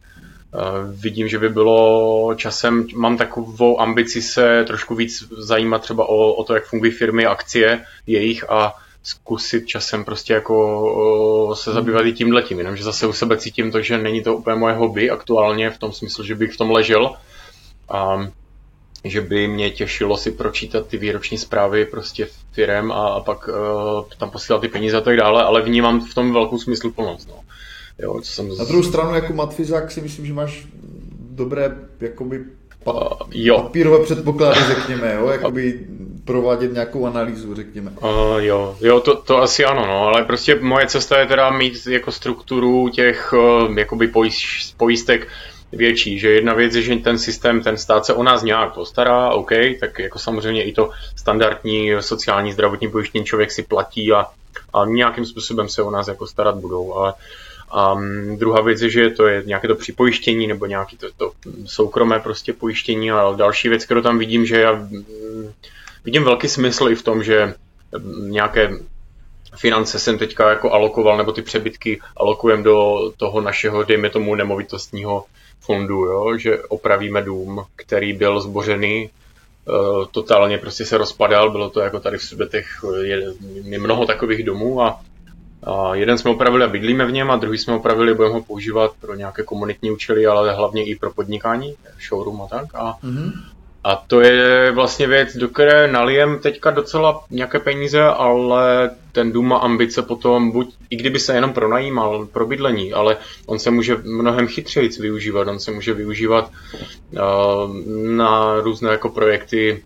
vidím, že by bylo časem, mám takovou ambici se trošku víc zajímat třeba o, o to, jak fungují firmy, akcie jejich a zkusit časem prostě jako se zabývat i tímhletím, jenomže zase u sebe cítím to, že není to úplně moje hobby aktuálně, v tom smyslu, že bych v tom ležel a že by mě těšilo si pročítat ty výroční zprávy prostě firem a, a pak uh, tam posílat ty peníze a tak dále, ale vnímám v tom velkou smysluplnost. No. Jo, co jsem z... Na druhou stranu jako matfizák si myslím, že máš dobré jakoby pa- uh, jo. papírové předpoklady, řekněme, jo, jakoby provádět nějakou analýzu, řekněme. Uh, jo, jo to, to asi ano, no, ale prostě moje cesta je teda mít jako strukturu těch uh, jakoby pojist, pojistek větší, že jedna věc je, že ten systém, ten stát se o nás nějak postará, OK, tak jako samozřejmě i to standardní sociální zdravotní pojištění člověk si platí a, a nějakým způsobem se o nás jako starat budou, ale a druhá věc je, že to je nějaké to připojištění nebo nějaké to, to soukromé prostě pojištění a další věc, kterou tam vidím, že já vidím velký smysl i v tom, že nějaké finance jsem teďka jako alokoval, nebo ty přebytky alokujem do toho našeho, dejme tomu, nemovitostního fondu, jo? Že opravíme dům, který byl zbořený, totálně prostě se rozpadal, bylo to jako tady v Sudetech je, je mnoho takových domů a, a jeden jsme opravili a bydlíme v něm a druhý jsme opravili, budeme ho používat pro nějaké komunitní účely, ale hlavně i pro podnikání, showroom a tak. A, mm-hmm. A to je vlastně věc, do které nalijem teďka docela nějaké peníze, ale ten dům má ambice potom, buď, i kdyby se jenom pronajímal pro bydlení, ale on se může mnohem chytřejic využívat, on se může využívat uh, na různé jako projekty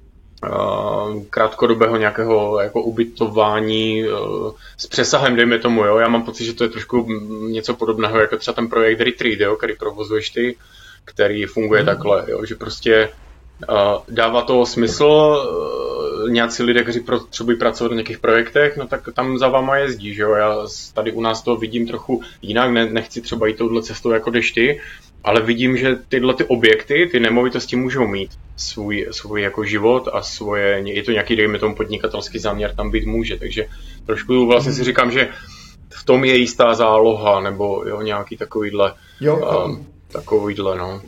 uh, krátkodobého nějakého jako ubytování uh, s přesahem, dejme tomu, jo. Já mám pocit, že to je trošku něco podobného, jako třeba ten projekt Retreat, jo, který provozuješ ty, který funguje mm. takhle, jo, že prostě Uh, dává to smysl, uh, nějací lidé, kteří potřebují pracovat na nějakých projektech, no tak tam za váma jezdí, že jo, já tady u nás to vidím trochu jinak, ne, nechci třeba jít touhle cestou jako jdeš ty, ale vidím, že tyhle ty objekty, ty nemovitosti můžou mít svůj, svůj jako život a svoje, je to nějaký, dejme tomu, podnikatelský záměr tam být může, takže trošku vlastně si říkám, že v tom je jistá záloha, nebo jo, nějaký takovýhle, jo, um, takovýhle, no.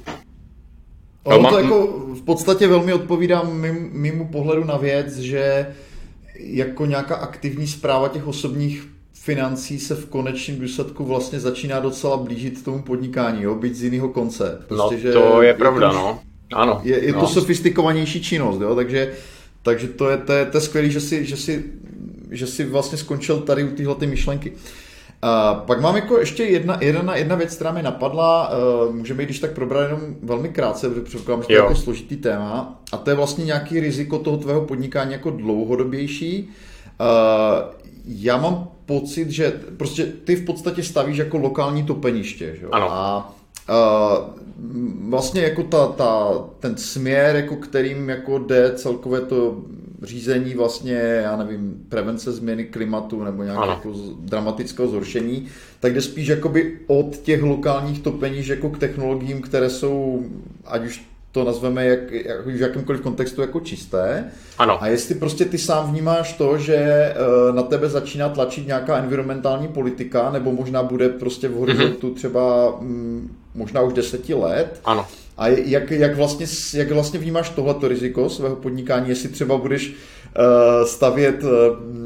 Ono to jako v podstatě velmi odpovídá mým, mýmu pohledu na věc, že jako nějaká aktivní správa těch osobních financí se v konečném důsledku vlastně začíná docela blížit tomu podnikání, jo? Byť z jiného konce. Prostě, no to je, je pravda, to, no. Ano. Je, je no. to sofistikovanější činnost, jo? Takže, takže to je, to je, to je skvělý, že si, že, si, že si vlastně skončil tady u téhleté myšlenky. A pak mám jako ještě jedna, jedna, jedna věc, která mi napadla, uh, můžeme ji když tak probrat jenom velmi krátce, protože předpokládám, že to je jako složitý téma, a to je vlastně nějaký riziko toho tvého podnikání jako dlouhodobější. Uh, já mám pocit, že prostě ty v podstatě stavíš jako lokální topeniště, že? Ano. A uh, vlastně jako ta, ta, ten směr, jako kterým jako jde celkové to řízení vlastně, já nevím, prevence změny klimatu nebo nějakého jako dramatického zhoršení, tak jde spíš jakoby od těch lokálních topenišť jako k technologiím, které jsou, ať už to nazveme jak, jak, v jakémkoliv kontextu jako čisté. Ano. A jestli prostě ty sám vnímáš to, že na tebe začíná tlačit nějaká environmentální politika, nebo možná bude prostě v horizontu mm-hmm. třeba m, možná už deseti let. Ano. A jak, jak, vlastně, jak vlastně vnímáš tohleto riziko svého podnikání, jestli třeba budeš uh, stavět uh,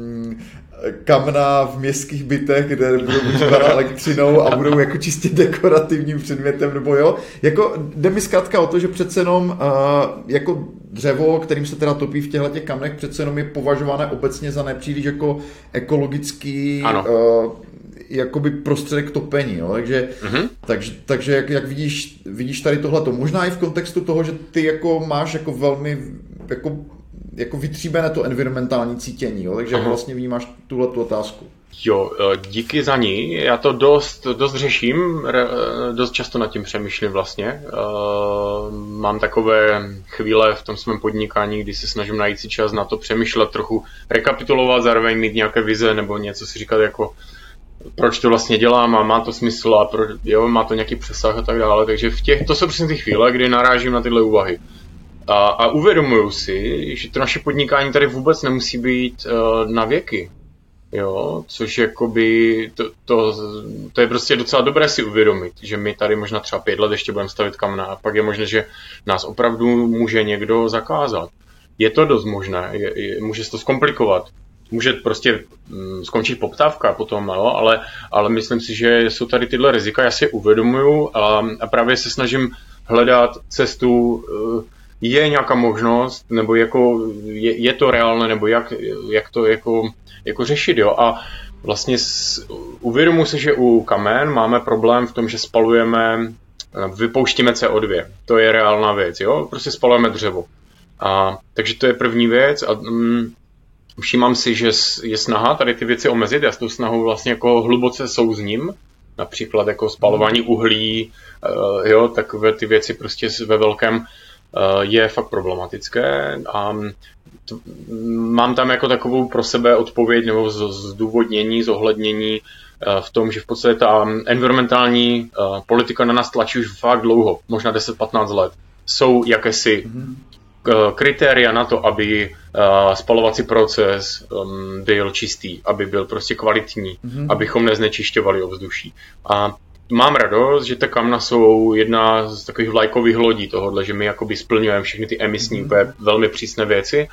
kamna v městských bytech, kde budou vyžívat elektřinou a budou jako čistě dekorativním předmětem, nebo jo. Jako jde mi zkrátka o to, že přece jenom uh, jako dřevo, kterým se teda topí v těchto těch kamnech, přece jenom je považované obecně za nepříliš jako ekologický uh, jakoby prostředek topení, jo. Takže, mm-hmm. takže, takže jak, jak vidíš, vidíš tady tohleto, možná i v kontextu toho, že ty jako máš jako velmi jako jako vytříbené to environmentální cítění, jo? Takže jak vlastně vnímáš tuhletu otázku? Jo, díky za ní. Já to dost, dost řeším, dost často nad tím přemýšlím vlastně. Mám takové chvíle v tom svém podnikání, kdy se snažím najít si čas na to přemýšlet, trochu rekapitulovat, zároveň mít nějaké vize nebo něco si říkat jako proč to vlastně dělám a má to smysl a pro, jo, má to nějaký přesah a tak dále. Takže v těch, to jsou přesně ty chvíle, kdy narážím na tyhle úvahy. A, a uvědomuju si, že to naše podnikání tady vůbec nemusí být uh, na věky. Jo, což jakoby, to, to, to je prostě docela dobré si uvědomit, že my tady možná třeba pět let ještě budeme stavit kamna a pak je možné, že nás opravdu může někdo zakázat. Je to dost možné, je, je, může se to zkomplikovat. Může prostě mm, skončit poptávka potom, jo, ale, ale myslím si, že jsou tady tyhle rizika, já si je uvědomuju a, a právě se snažím hledat cestu, uh, je nějaká možnost, nebo jako je, je to reálné, nebo jak, jak to jako, jako řešit, jo. A vlastně s, uvědomuji se, že u kamen máme problém v tom, že spalujeme, vypouštíme C O dva. To je reálná věc, jo. Prostě spalujeme dřevo. A, takže to je první věc a mm, všímám si, že je snaha tady ty věci omezit. Já s tou snahou vlastně jako hluboce souzním. Například jako spalování uhlí, uh, jo, takové ty věci prostě ve velkém je fakt problematické a to, mám tam jako takovou pro sebe odpověď nebo zdůvodnění, zohlednění v tom, že v podstatě ta environmentální politika na nás tlačí už fakt dlouho, možná deset patnáct let. Jsou jakési kritéria na to, aby spalovací proces byl čistý, aby byl prostě kvalitní, mm-hmm. abychom neznečišťovali ovzduší. A mám radost, že ta kamna jsou jedna z takových vlajkových lodí tohohle, že my jakoby splňujeme všechny ty emisní mm-hmm. velmi přísné věci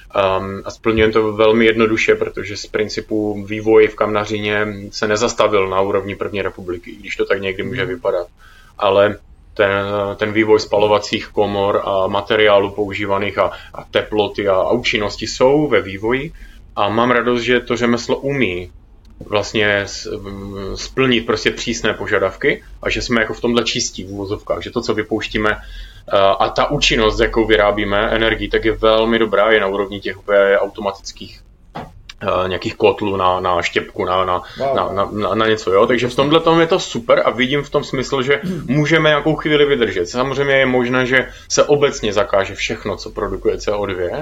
um, a splňujeme to velmi jednoduše, protože z principu vývoj v kamnařině se nezastavil na úrovni první republiky, když to tak někdy může vypadat. Ale ten, ten vývoj spalovacích komor a materiálů používaných a, a teploty a, a účinnosti jsou ve vývoji a mám radost, že to řemeslo umí vlastně splnit prostě přísné požadavky a že jsme jako v tomhle čistí v uvozovkách, že to, co vypouštíme a ta účinnost, s jakou vyrábíme energii, tak je velmi dobrá, je na úrovni těch automatických nějakých kotlů na, na štěpku, na, na, wow. na, na, na, na něco, jo. Takže v tomhle tom je to super a vidím v tom smysl, že můžeme nějakou chvíli vydržet. Samozřejmě je možné, že se obecně zakáže všechno, co produkuje C O dva,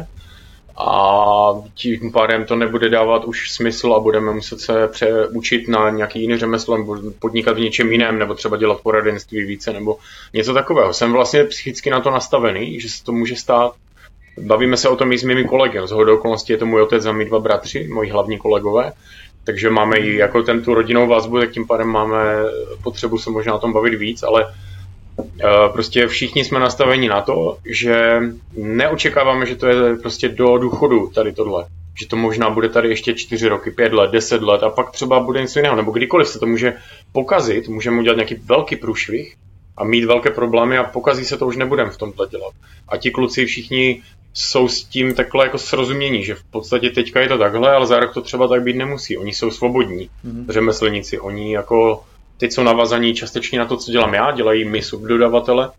a tím pádem to nebude dávat už smysl a budeme muset se přeučit na nějaký jiný řemeslo nebo podnikat v něčem jiném, nebo třeba dělat poradenství více, nebo něco takového. Jsem vlastně psychicky na to nastavený, že se to může stát. Bavíme se o tom i s mými kolegy. Z hodou okolností je to můj otec a mý dva bratři, moji hlavní kolegové, takže máme i jako ten tu rodinnou vazbu, tak tím pádem máme potřebu se možná o tom bavit víc, ale prostě všichni jsme nastaveni na to, že neočekáváme, že to je prostě do důchodu tady tohle. Že to možná bude tady ještě čtyři roky, pět let, deset let a pak třeba bude něco jiného. Nebo kdykoliv se to může pokazit, můžeme udělat nějaký velký průšvih a mít velké problémy a pokazí se to, už nebudeme v tomhle dělat. A ti kluci všichni jsou s tím takhle jako srozumění, že v podstatě teďka je to takhle, ale za rok to třeba tak být nemusí. Oni jsou svobodní, mm-hmm. řemeslníci, oni jako teď jsou navazaní částečně na to, co dělám já, dělají mi subdodavatele,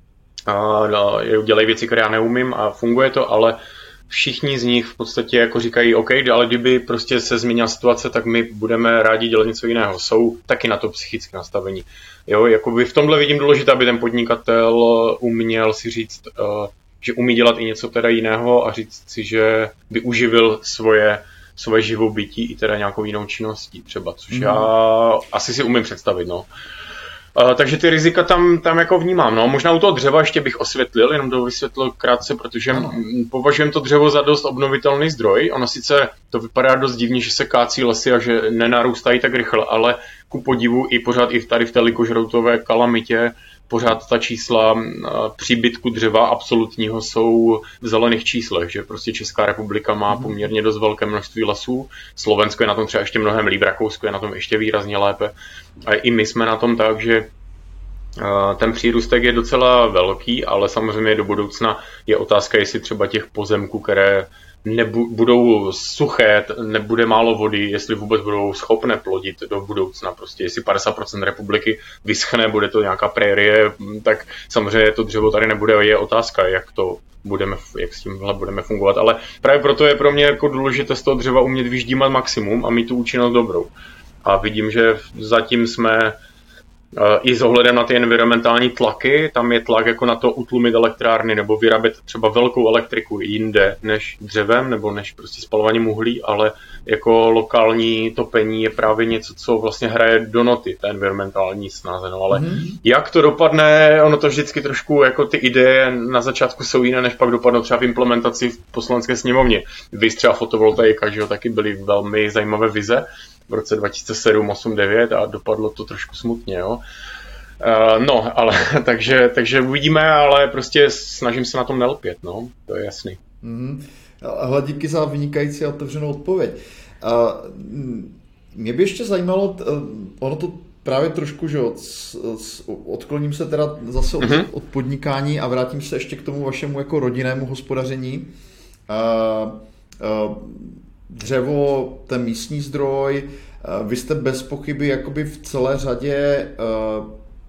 a dělají věci, které já neumím a funguje to, ale všichni z nich v podstatě jako říkají, OK, ale kdyby prostě se změnila situace, tak my budeme rádi dělat něco jiného. Jsou taky na to psychické nastavení. Jo, jakoby v tomhle vidím důležité, aby ten podnikatel uměl si říct, že umí dělat i něco teda jiného a říct si, že by uživil svoje, svoje živobytí i teda nějakou jinou činností třeba, což mm. já asi si umím představit, no. Uh, takže ty rizika tam, tam jako vnímám. No. Možná u toho dřeva ještě bych osvětlil, jenom to vysvětlil krátce, protože no. považujem to dřevo za dost obnovitelný zdroj. Ono sice to vypadá dost divně, že se kácí lesy a že nenarůstají tak rychle, ale ku podivu i pořád i tady v té likožroutové kalamitě pořád ta čísla příbytku dřeva absolutního jsou v zelených číslech, že prostě Česká republika má poměrně dost velké množství lesů, Slovensko je na tom třeba ještě mnohem líp, Rakousko je na tom ještě výrazně lépe a i my jsme na tom tak, že ten přírůstek je docela velký, ale samozřejmě do budoucna je otázka, jestli třeba těch pozemků, které nebudou suché, nebude málo vody, jestli vůbec budou schopné plodit do budoucna. Prostě jestli padesát procent republiky vyschne, bude to nějaká prérie, tak samozřejmě to dřevo tady nebude. Je otázka, jak to budeme, jak s tímhle budeme fungovat. Ale právě proto je pro mě jako důležité z toho dřeva umět vyždímat maximum a mít tu účinnost dobrou. A vidím, že zatím jsme i s ohledem na ty environmentální tlaky, tam je tlak jako na to utlumit elektrárny nebo vyrábět třeba velkou elektriku jinde než dřevem nebo než prostě spalováním uhlí, ale jako lokální topení je právě něco, co vlastně hraje do noty, ta environmentální snaze. No ale mm. jak to dopadne, ono to vždycky trošku, jako ty ideje na začátku jsou jiné, než pak dopadnou třeba v implementaci v poslanecké sněmovně. Vy třeba fotovoltaika, že jo, taky byly velmi zajímavé vize v roce dva tisíce sedm, osm, devět a dopadlo to trošku smutně, jo. Uh, no, ale takže, takže uvidíme, ale prostě snažím se na tom nelpět, no, to je jasný. Mm-hmm. Ale díky za vynikající a otevřenou odpověď. Uh, mě by ještě zajímalo, uh, ono to právě trošku, že od, odkloním se teda zase od, mm-hmm. od podnikání a vrátím se ještě k tomu vašemu jako rodinnému hospodaření. Uh, uh, Dřevo, ten místní zdroj, vy jste bez pochyby jakoby v celé řadě uh,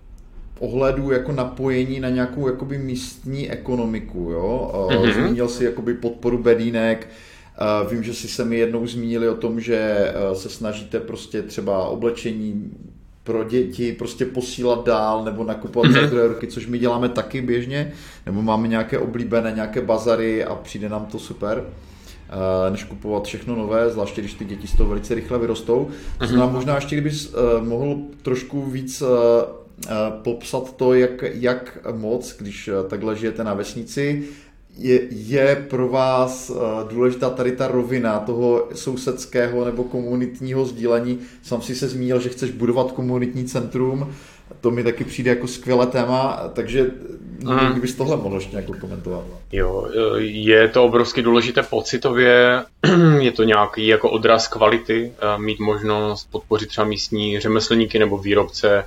ohledů jako napojení na nějakou jakoby místní ekonomiku, jo? Uh, mm-hmm. Zmínil si jakoby podporu bedínek, uh, vím, že si se mi jednou zmínili o tom, že uh, se snažíte prostě třeba oblečení pro děti prostě posílat dál nebo nakupovat za druhé ruky, což my děláme taky běžně, nebo máme nějaké oblíbené, nějaké bazary a přijde nám to super, než kupovat všechno nové, zvláště když ty děti z toho velice rychle vyrostou. To znamená, možná ještě kdybys uh, mohl trošku víc uh, uh, popsat to, jak, jak moc, když uh, takhle žijete na vesnici, je, je pro vás uh, důležitá tady ta rovina toho sousedského nebo komunitního sdílení. Sám si se zmínil, že chceš budovat komunitní centrum, to mi taky přijde jako skvělé téma, takže mm. kdybys tohle mohl ještě nějak komentovat. Jo, je to obrovsky důležité pocitově, je to nějaký jako odraz kvality, mít možnost podpořit třeba místní řemeslníky nebo výrobce.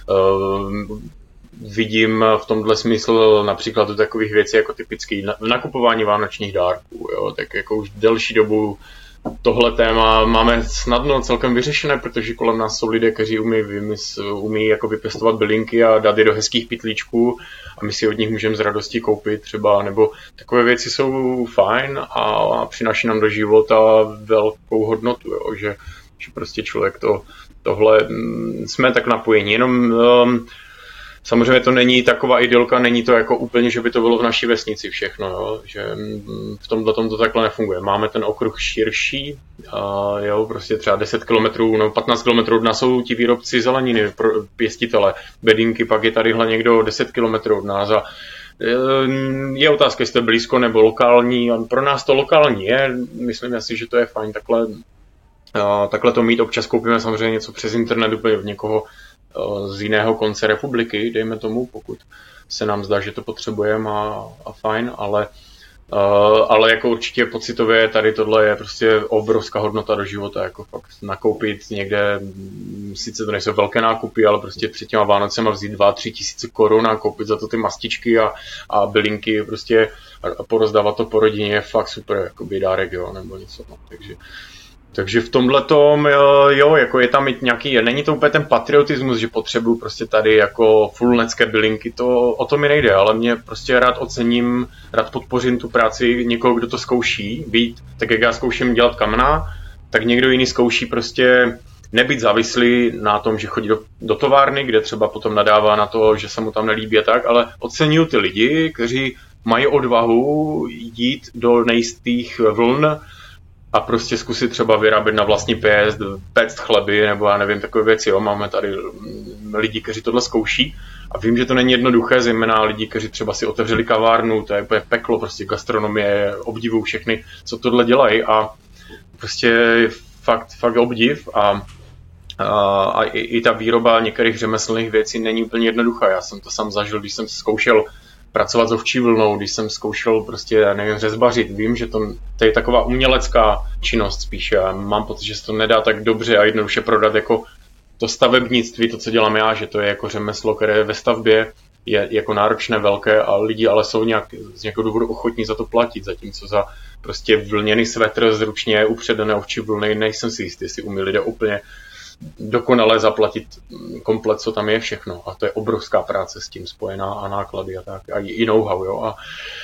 Vidím v tomhle smysl například do takových věcí jako typický nakupování vánočních dárků, jo, tak jako už delší dobu tohle téma máme snadno celkem vyřešené, protože kolem nás jsou lidé, kteří umí, vymysl, umí jako vypěstovat bylinky a dát je do hezkých pytlíčků a my si od nich můžeme s radostí koupit třeba, nebo takové věci jsou fajn a přináší nám do života velkou hodnotu, jo, že, že prostě člověk to, tohle, jsme tak napojení, jenom um, samozřejmě to není taková idylka, není to jako úplně, že by to bylo v naší vesnici všechno, jo? Že v tomhle tom to takhle nefunguje. Máme ten okruh širší, a jo, prostě třeba deset kilometrů nebo patnáct kilometrů od nás jsou ti výrobci zeleniny, pěstitele, bedínky, pak je tadyhle někdo deset kilometrů od nás a je otázka, jestli to je blízko nebo lokální. A pro nás to lokální je, myslím si, že to je fajn takhle, takhle to mít. Občas koupíme samozřejmě něco přes internet úplně od někoho z jiného konce republiky, dejme tomu, pokud se nám zdá, že to potřebujeme a, a fajn, ale, uh, ale jako určitě pocitově tady tohle je prostě obrovská hodnota do života, jako fakt nakoupit někde, sice to nejsou velké nákupy, ale prostě před těma Vánocema vzít dva, tři tisíce korun a koupit za to ty mastičky a, a bylinky, prostě a porozdávat to po rodině je fakt super, jakoby dárek, jo, nebo něco, no, takže Takže v tomhletom, jo, jako je tam nějaký, není to úplně ten patriotismus, že potřebuju prostě tady jako fullnecké bylinky, to o to mi nejde, ale mě prostě rád ocením, rád podpořím tu práci někoho, kdo to zkouší být, tak jak já zkouším dělat kamna, tak někdo jiný zkouší prostě nebýt závislý na tom, že chodí do, do továrny, kde třeba potom nadává na to, že se mu tam nelíbí a tak, ale oceňuju ty lidi, kteří mají odvahu jít do nejistých vln a prostě zkusit třeba vyrábět na vlastní pěst, péct chleby, nebo já nevím, takové věci, jo. Máme tady lidi, kteří tohle zkouší a vím, že to není jednoduché, zejména lidi, kteří třeba si otevřeli kavárnu, to je úplně peklo, prostě gastronomie, obdivuju všechny, co tohle dělají a prostě fakt, fakt obdiv a, a, a i, i ta výroba některých řemeslných věcí není úplně jednoduchá. Já jsem to sám zažil, když jsem zkoušel pracovat s ovčí vlnou, když jsem zkoušel prostě, já nevím, řezbařit. Vím, že to, to je taková umělecká činnost spíše a mám pocit, že se to nedá tak dobře a jednoduše prodat jako to stavebnictví, to, co dělám já, že to je jako řemeslo, které je ve stavbě, je jako náročné, velké a lidi ale jsou nějak, z nějakého důvodu ochotní za to platit, zatímco za prostě vlněný svetr z ručně upředené ovčí vlny nejsem si jistý, jestli umí lidé úplně dokonale zaplatit komplet, co tam je všechno. A to je obrovská práce s tím spojená a náklady a tak. A i know-how, jo. A,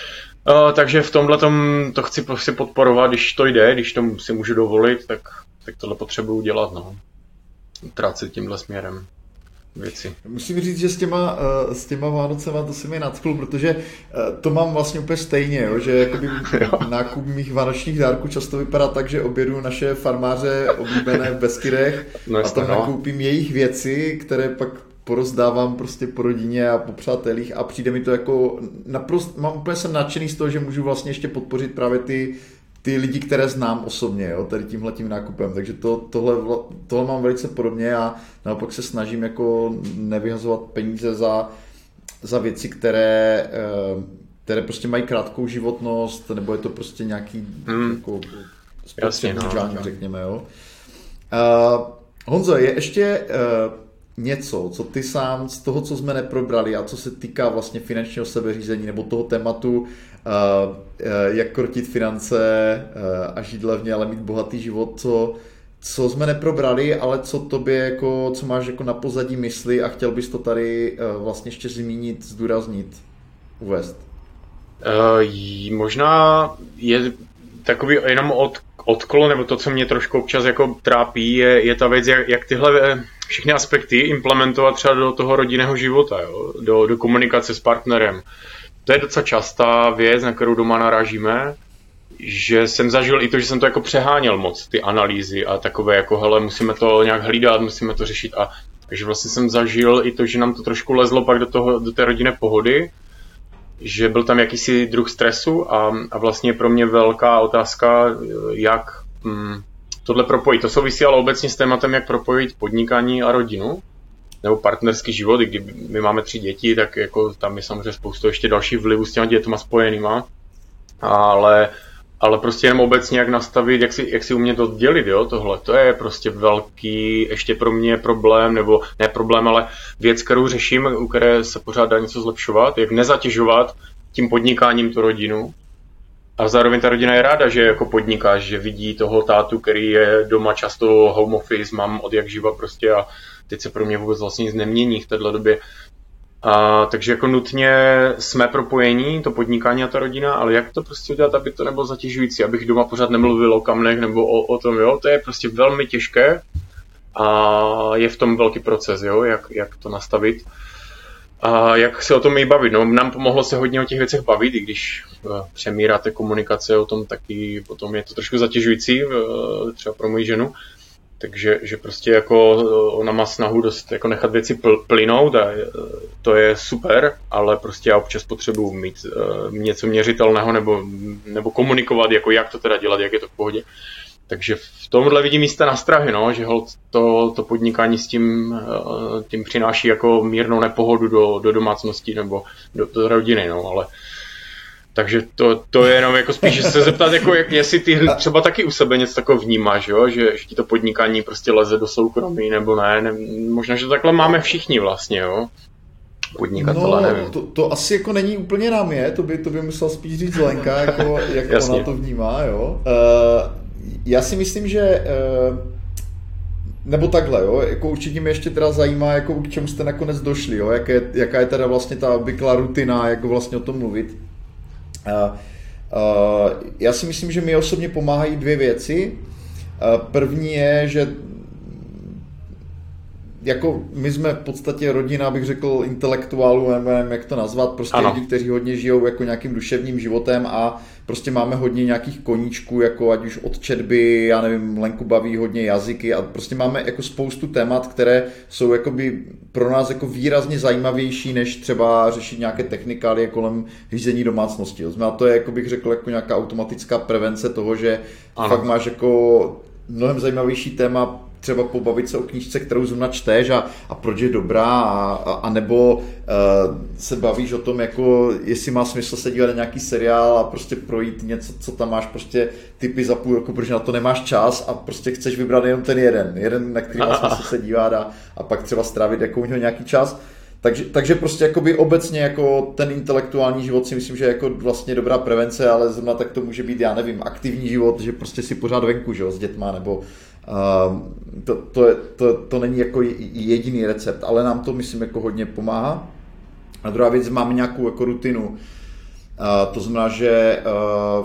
a, takže v tomhle to chci prostě podporovat, když to jde, když to si můžu dovolit, tak, tak tohle potřebuju dělat, no. Trácet tímhle směrem věci. Musím říct, že s těma, s těma Vánocema to se mi nadchlo, protože to mám vlastně úplně stejně, jo, že jakoby nákup mých vánočních dárků často vypadá tak, že objedu naše farmáře oblíbené v Beskydech no a tam no. nakoupím jejich věci, které pak porozdávám prostě po rodině a po přátelích a přijde mi to jako naprosto, mám úplně jsem nadšený z toho, že můžu vlastně ještě podpořit právě ty ty lidi, které znám osobně, jo, tady tímhletím nákupem, takže to, tohle, tohle mám velice podobně a naopak se snažím jako nevyhazovat peníze za, za věci, které, které prostě mají krátkou životnost, nebo je to prostě nějaký hmm. jako spotřební žánr, řekněme, jo. Uh, Honzo, je ještě uh, něco, co ty sám z toho, co jsme neprobrali a co se týká vlastně finančního sebeřízení nebo toho tématu, uh, uh, jak krotit finance uh, a žít levně, ale mít bohatý život, co, co jsme neprobrali, ale co tobě jako, co máš jako na pozadí mysli a chtěl bys to tady uh, vlastně ještě zmínit, zdůraznit, uvést? Uh, možná je takový jenom od, odklon, nebo to, co mě trošku občas jako trápí, je, je ta věc, jak, jak tyhle všechny aspekty implementovat třeba do toho rodinného života, jo? Do, do komunikace s partnerem. To je docela častá věc, na kterou doma narážíme, že jsem zažil i to, že jsem to jako přeháněl moc, ty analýzy a takové jako, hele, musíme to nějak hlídat, musíme to řešit a takže vlastně jsem zažil i to, že nám to trošku lezlo pak do, toho, do té rodinné pohody, že byl tam jakýsi druh stresu a, a vlastně pro mě velká otázka, jak hm, tohle propojit. To souvisí ale obecně s tématem, jak propojit podnikání a rodinu, nebo partnerský život, i když my máme tři děti, tak jako tam je samozřejmě spoustu ještě dalších vlivů s těma dětma spojenýma, ale, ale prostě jenom obecně jak nastavit, jak si, jak si umět oddělit, jo, tohle. To je prostě velký ještě pro mě problém, nebo ne problém, ale věc, kterou řeším, u které se pořád dá něco zlepšovat, jak nezatěžovat tím podnikáním tu rodinu. A zároveň ta rodina je ráda, že jako podnikáš, že vidí toho tátu, který je doma často home office, mám od jak živa prostě a teď se pro mě vůbec vlastně nic nemění v této době. A, takže jako nutně jsme propojení, to podnikání a ta rodina, ale jak to prostě udělat, aby to nebylo zatěžující, abych doma pořád nemluvil o kamnech nebo o, o tom, jo, to je prostě velmi těžké a je v tom velký proces, jo, jak, jak to nastavit. A jak se o tom i bavit? No, nám pomohlo se hodně o těch věcech bavit, i když přemíráte komunikace o tom, taky potom je to trošku zatěžující, třeba pro moji ženu. Takže že prostě jako ona má snahu dost jako nechat věci pl- plynout a to je super, ale prostě já občas potřebuji mít uh, něco měřitelného nebo, nebo komunikovat, jako jak to teda dělat, jak je to v pohodě. Takže v tomhle vidím místa na strahy, no, že holt to, to podnikání s tím, uh, tím přináší jako mírnou nepohodu do, do domácnosti nebo do, do rodiny, no, ale takže to, to je jenom jako spíš se zeptat, jako jak, jestli ty třeba taky u sebe něco takového vnímáš, jo? Že, že ti to podnikání prostě leze do soukromí nebo ne, ne, možná, že to takhle máme všichni vlastně, jo. podnikatele, no, nevím. To, to asi jako není úplně na mě, to by, to by musel spíš říct Lenka, jako, jak ona to vnímá, jo. Uh, já si myslím, že uh, nebo takhle, jo, jako určitě mě ještě teda zajímá, jako k čemu jste nakonec došli, jo, jak je, jaká je teda vlastně ta obvyklá rutina, jak vlastně o tom mluvit. Uh, uh, já si myslím, že mi osobně pomáhají dvě věci. Uh, první je, že jako my jsme v podstatě rodina, bych řekl, intelektuálů, nevím, jak to nazvat, prostě ano. lidi, kteří hodně žijou jako nějakým duševním životem a prostě máme hodně nějakých koníčků, jako ať už od četby, já nevím, Lenku baví hodně jazyky a prostě máme jako spoustu témat, které jsou jakoby pro nás jako výrazně zajímavější, než třeba řešit nějaké technikálie kolem řízení domácnosti. A to je, jako bych řekl, jako nějaká automatická prevence toho, že ano. fakt máš jako mnohem zajímavější téma, třeba pobavit se o knížce, kterou zrovna čteš a, a proč je dobrá, a, a, a nebo uh, se bavíš o tom, jako jestli má smysl se dívat na nějaký seriál a prostě projít něco, co tam máš prostě typy za půl roku, protože na to nemáš čas a prostě chceš vybrat jenom ten jeden, jeden, na který má smysl se dívat a, a pak třeba strávit jako u něho nějaký čas. Takže, takže prostě jakoby obecně jako ten intelektuální život si myslím, že je jako vlastně dobrá prevence, ale zrovna tak to může být, já nevím, aktivní život, že prostě si pořád venku, že jo, s dětma, nebo uh, to, to, je, to, to není jako jediný recept, ale nám to myslím jako hodně pomáhá. A druhá věc, máme nějakou jako rutinu, uh, to znamená, že uh,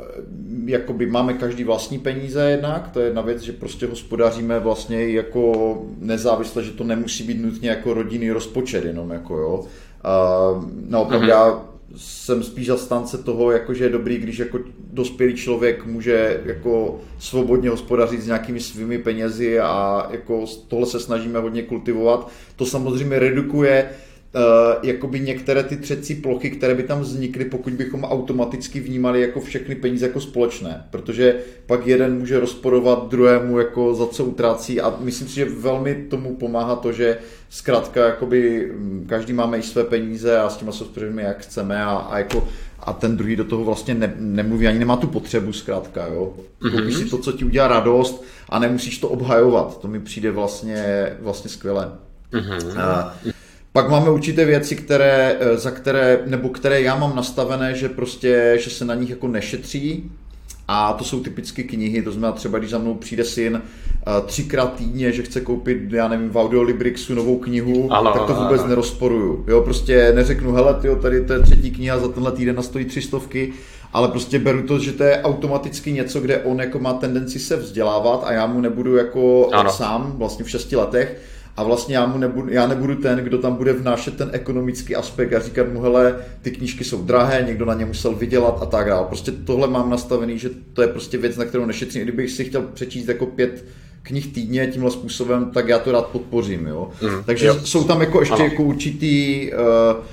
jakoby máme každý vlastní peníze jednak, to je jedna věc, že prostě hospodaříme vlastně jako nezávisle, že to nemusí být nutně jako rodinný rozpočet jenom jako jo. Uh, naopak mm-hmm. já jsem spíš zastánce toho, jako že je dobrý, když jako dospělý člověk může jako svobodně hospodařit s nějakými svými penězi a jako tohle se snažíme hodně kultivovat. To samozřejmě redukuje Uh, jakoby některé ty třecí plochy, které by tam vznikly, pokud bychom automaticky vnímali jako všechny peníze jako společné, protože pak jeden může rozporovat druhému, jako za co utrácí a myslím si, že velmi tomu pomáhá to, že zkrátka jakoby každý máme i své peníze a s těma se hospodaříme jak chceme a, a jako a ten druhý do toho vlastně ne, nemluví, ani nemá tu potřebu zkrátka, jo. Koupíš si to, co ti udělá radost a nemusíš to obhajovat, to mi přijde vlastně, vlastně skvělé. Uh, Pak máme určité věci, které, za které, nebo které já mám nastavené, že prostě, že se na nich jako nešetří a to jsou typicky knihy, to znamená třeba, když za mnou přijde syn třikrát týdně, že chce koupit, já nevím, v Audiolibrixu novou knihu, ano, tak to vůbec ano. nerozporuju, jo, prostě neřeknu, hele, tyjo, tady to je třetí kniha, za tenhle týden nastojí tři stovky, ale prostě beru to, že to je automaticky něco, kde on jako má tendenci se vzdělávat a já mu nebudu jako ano. sám vlastně v šesti letech, a vlastně já, mu nebudu, já nebudu ten, kdo tam bude vnášet ten ekonomický aspekt a říkat mu, hele, ty knížky jsou drahé, někdo na ně musel vydělat a tak dále. Prostě tohle mám nastavený, že to je prostě věc, na kterou nešetřím. Kdybych si chtěl přečíst jako pět knih týdně tímhle způsobem, tak já to rád podpořím. Jo? Mm, Takže jo. jsou tam jako ještě jako určitý... Uh,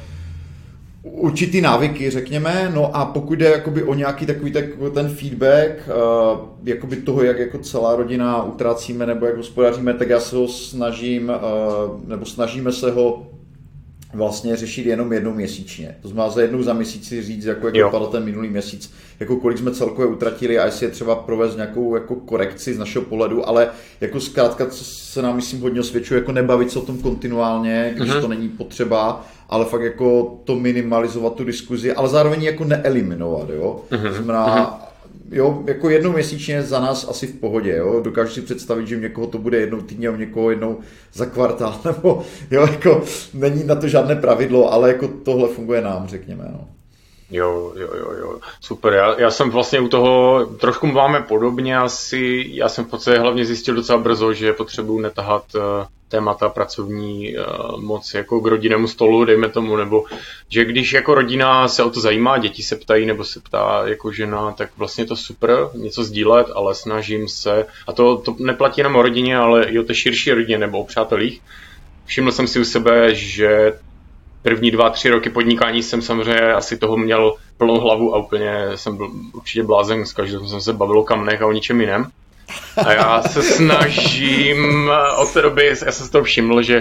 určitý návyky, řekněme, no a pokud jde jakoby o nějaký takový tak, ten feedback, uh, jakoby toho, jak jako celá rodina utrácíme nebo jak hospodaříme, tak já se ho snažím, uh, nebo snažíme se ho vlastně řešit jenom jednou měsíčně. To znamená za jednou za měsíc si říct, jako jak vypadal ten minulý měsíc, jako kolik jsme celkově utratili a jestli je třeba provést nějakou jako korekci z našeho pohledu, ale jako zkrátka, co se nám myslím hodně osvědčuje, jako nebavit se o tom kontinuálně, když uh-huh. to není potřeba, ale fakt jako to minimalizovat tu diskuzi, ale zároveň jako neeliminovat, jo. Uh-huh. To znamená, jo, jako jednou měsíčně za nás asi v pohodě, jo. Dokážu si představit, že u někoho to bude jednou týdně, u někoho jednou za kvartál, nebo jo, jako není na to žádné pravidlo, ale jako tohle funguje nám, řekněme, no. Jo, jo, jo, jo, super. Já, já jsem vlastně u toho, trošku máme podobně asi, já jsem v podstatě hlavně zjistil docela brzo, že potřebuji netahat uh, témata pracovní uh, moc jako k rodinnému stolu, dejme tomu, nebo že když jako rodina se o to zajímá, děti se ptají nebo se ptá jako žena, tak vlastně to super, něco sdílet, ale snažím se, a to, to neplatí jenom o rodině, ale i o té širší rodině nebo o přátelích. Všiml jsem si u sebe, že první dva, tři roky podnikání jsem samozřejmě asi toho měl plnou hlavu a úplně jsem byl určitě blázen, s každým jsem se bavil o kamnech a o ničem jiném. A já se snažím, od té doby, já jsem si to všiml, že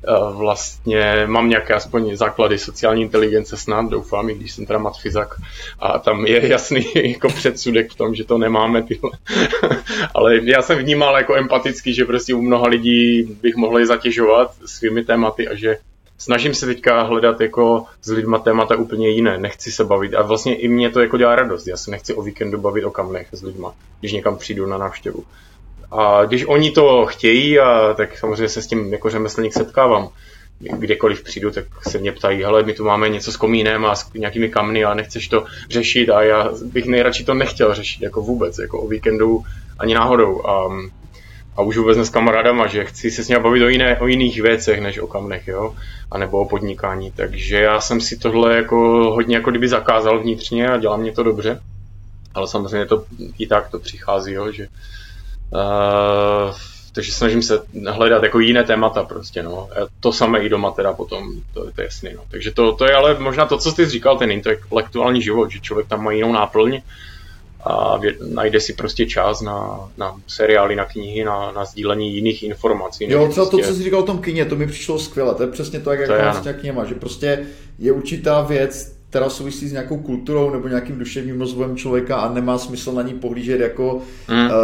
vlastně mám nějaké aspoň základy sociální inteligence snad, doufám, i když jsem teda matfyzak a tam je jasný jako předsudek v tom, že to nemáme tyhle. Ale já jsem vnímal jako empaticky, že prostě u mnoha lidí bych mohl je zatěžovat svými tématy a že snažím se teďka hledat jako s lidma témata úplně jiné, nechci se bavit a vlastně i mě to jako dělá radost, já se nechci o víkendu bavit o kamnech s lidma, když někam přijdu na návštěvu. A když oni to chtějí, a tak samozřejmě se s tím jako řemeslník setkávám, kdekoliv přijdu, tak se mě ptají, hele, my tu máme něco s komínem a s nějakými kamny a nechceš to řešit a já bych nejradši to nechtěl řešit jako vůbec, jako o víkendu ani náhodou. A, a už vůbec s kamarádama, že chci se s ním bavit o, jiné, o jiných věcech než o kamnech, jo, a nebo o podnikání. Takže já jsem si tohle jako hodně jako kdyby zakázal vnitřně a dělá mě to dobře. Ale samozřejmě to i tak to přichází, jo, že uh, takže snažím se hledat jako jiné témata prostě, no. To samé i doma teda potom, to, to je jasný, no. Takže to, to je ale možná to, co jsi říkal, ten intelektuální život, že člověk tam má jinou náplň a vě, najde si prostě čas na, na seriály, na knihy, na, na sdílení jiných informací. Jo, třeba prostě... to, co jsi říkal o tom kině, to mi přišlo skvěle, to je přesně to, jak to jako s těma kněma, že prostě je určitá věc, která souvisí s nějakou kulturou nebo nějakým duševním rozvojem člověka a nemá smysl na ní pohlížet jako mm. uh,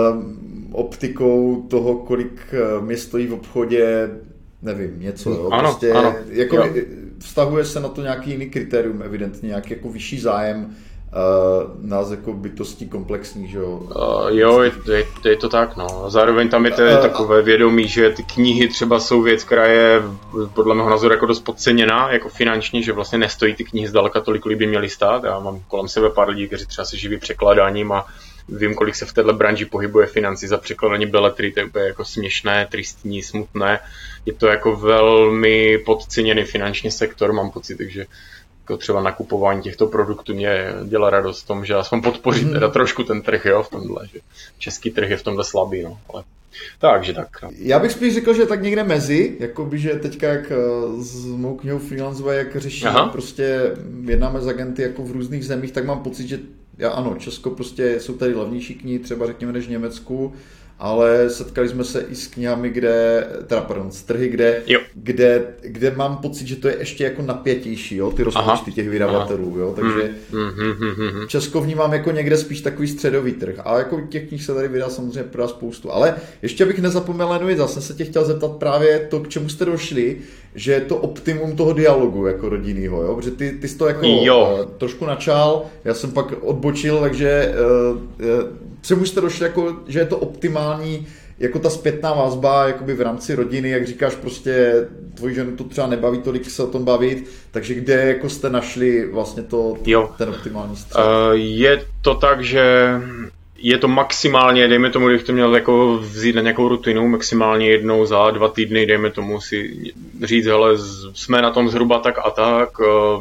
optikou toho, kolik uh, mě stojí v obchodě, nevím, něco. Jo? Ano, prostě ano. jako Jo. vztahuje se na to nějaký jiný kritérium, evidentně, nějaký jako vyšší zájem uh, nás jako bytostí komplexních, že jo? Uh, jo, je, je, je to tak, no. Zároveň tam je to uh, takové vědomí, že ty knihy třeba jsou věc, která je podle mého názoru jako dost podceněná, jako finančně, že vlastně nestojí ty knihy zdaleka tolik, kolik by měly stát. Já mám kolem sebe pár lidí, kteří třeba se živí překládáním a vím, kolik se v této branži pohybuje financí za překladání beletry, to je úplně jako směšné, tristní, smutné. Je to jako velmi podceněný finanční sektor, mám pocit, takže jako třeba nakupování těchto produktů mě dělá radost v tom, že aspoň podpořit teda trošku ten trh, jo, v tomhle, že český trh je v tomhle slabý, no, ale takže tak. No. Já bych spíš řekl, že tak někde mezi, jakoby, že teďka jak s mou knihou Freelancové, jak řešíme, prostě jednáme s agenty jako v různých zemích, tak mám pocit, že já ano, Česko prostě jsou tady levnější knihy, třeba řekněme než v Německu, ale setkali jsme se i s knihami, kde, teda pardon, z trhy, kde, kde, kde mám pocit, že to je ještě jako napětější, jo, ty rozpočty těch vydavatelů, jo, takže mm, mm, mm, mm. Česko vnímám jako někde spíš takový středový trh, a jako těch knih se tady vydá samozřejmě prodá spoustu, ale ještě bych nezapomněl jenom zase se tě chtěl zeptat právě to, k čemu jste došli, že je to optimum toho dialogu jako rodinného, jo, protože ty, ty jsi to jako uh, trošku načal, já jsem pak odbočil, takže uh, uh, čemu jste došli, jako, že je to optimální, jako ta zpětná vazba jakoby v rámci rodiny, jak říkáš, prostě tvoji ženu to třeba nebaví tolik se o tom bavit, takže kde jako jste našli vlastně to, ten optimální střed? Uh, je to tak, že je to maximálně, dejme tomu, kdybych to měl jako vzít na nějakou rutinu, maximálně jednou za dva týdny, dejme tomu si říct, hele, jsme na tom zhruba tak a tak,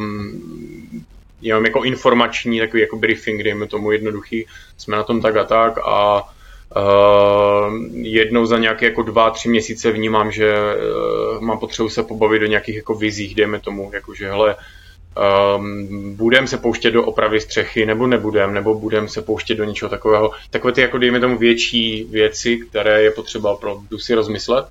um, já mám jako informační takový jako briefing, dejme tomu jednoduchý, jsme na tom tak a tak a uh, jednou za nějaké jako dva, tři měsíce vnímám, že uh, mám potřebu se pobavit do nějakých jako vizích, dejme tomu, jakože hele, um, budem se pouštět do opravy střechy, nebo nebudem, nebo budem se pouštět do něčeho takového, takové ty jako dejme tomu větší věci, které je potřeba opravdu si rozmyslet.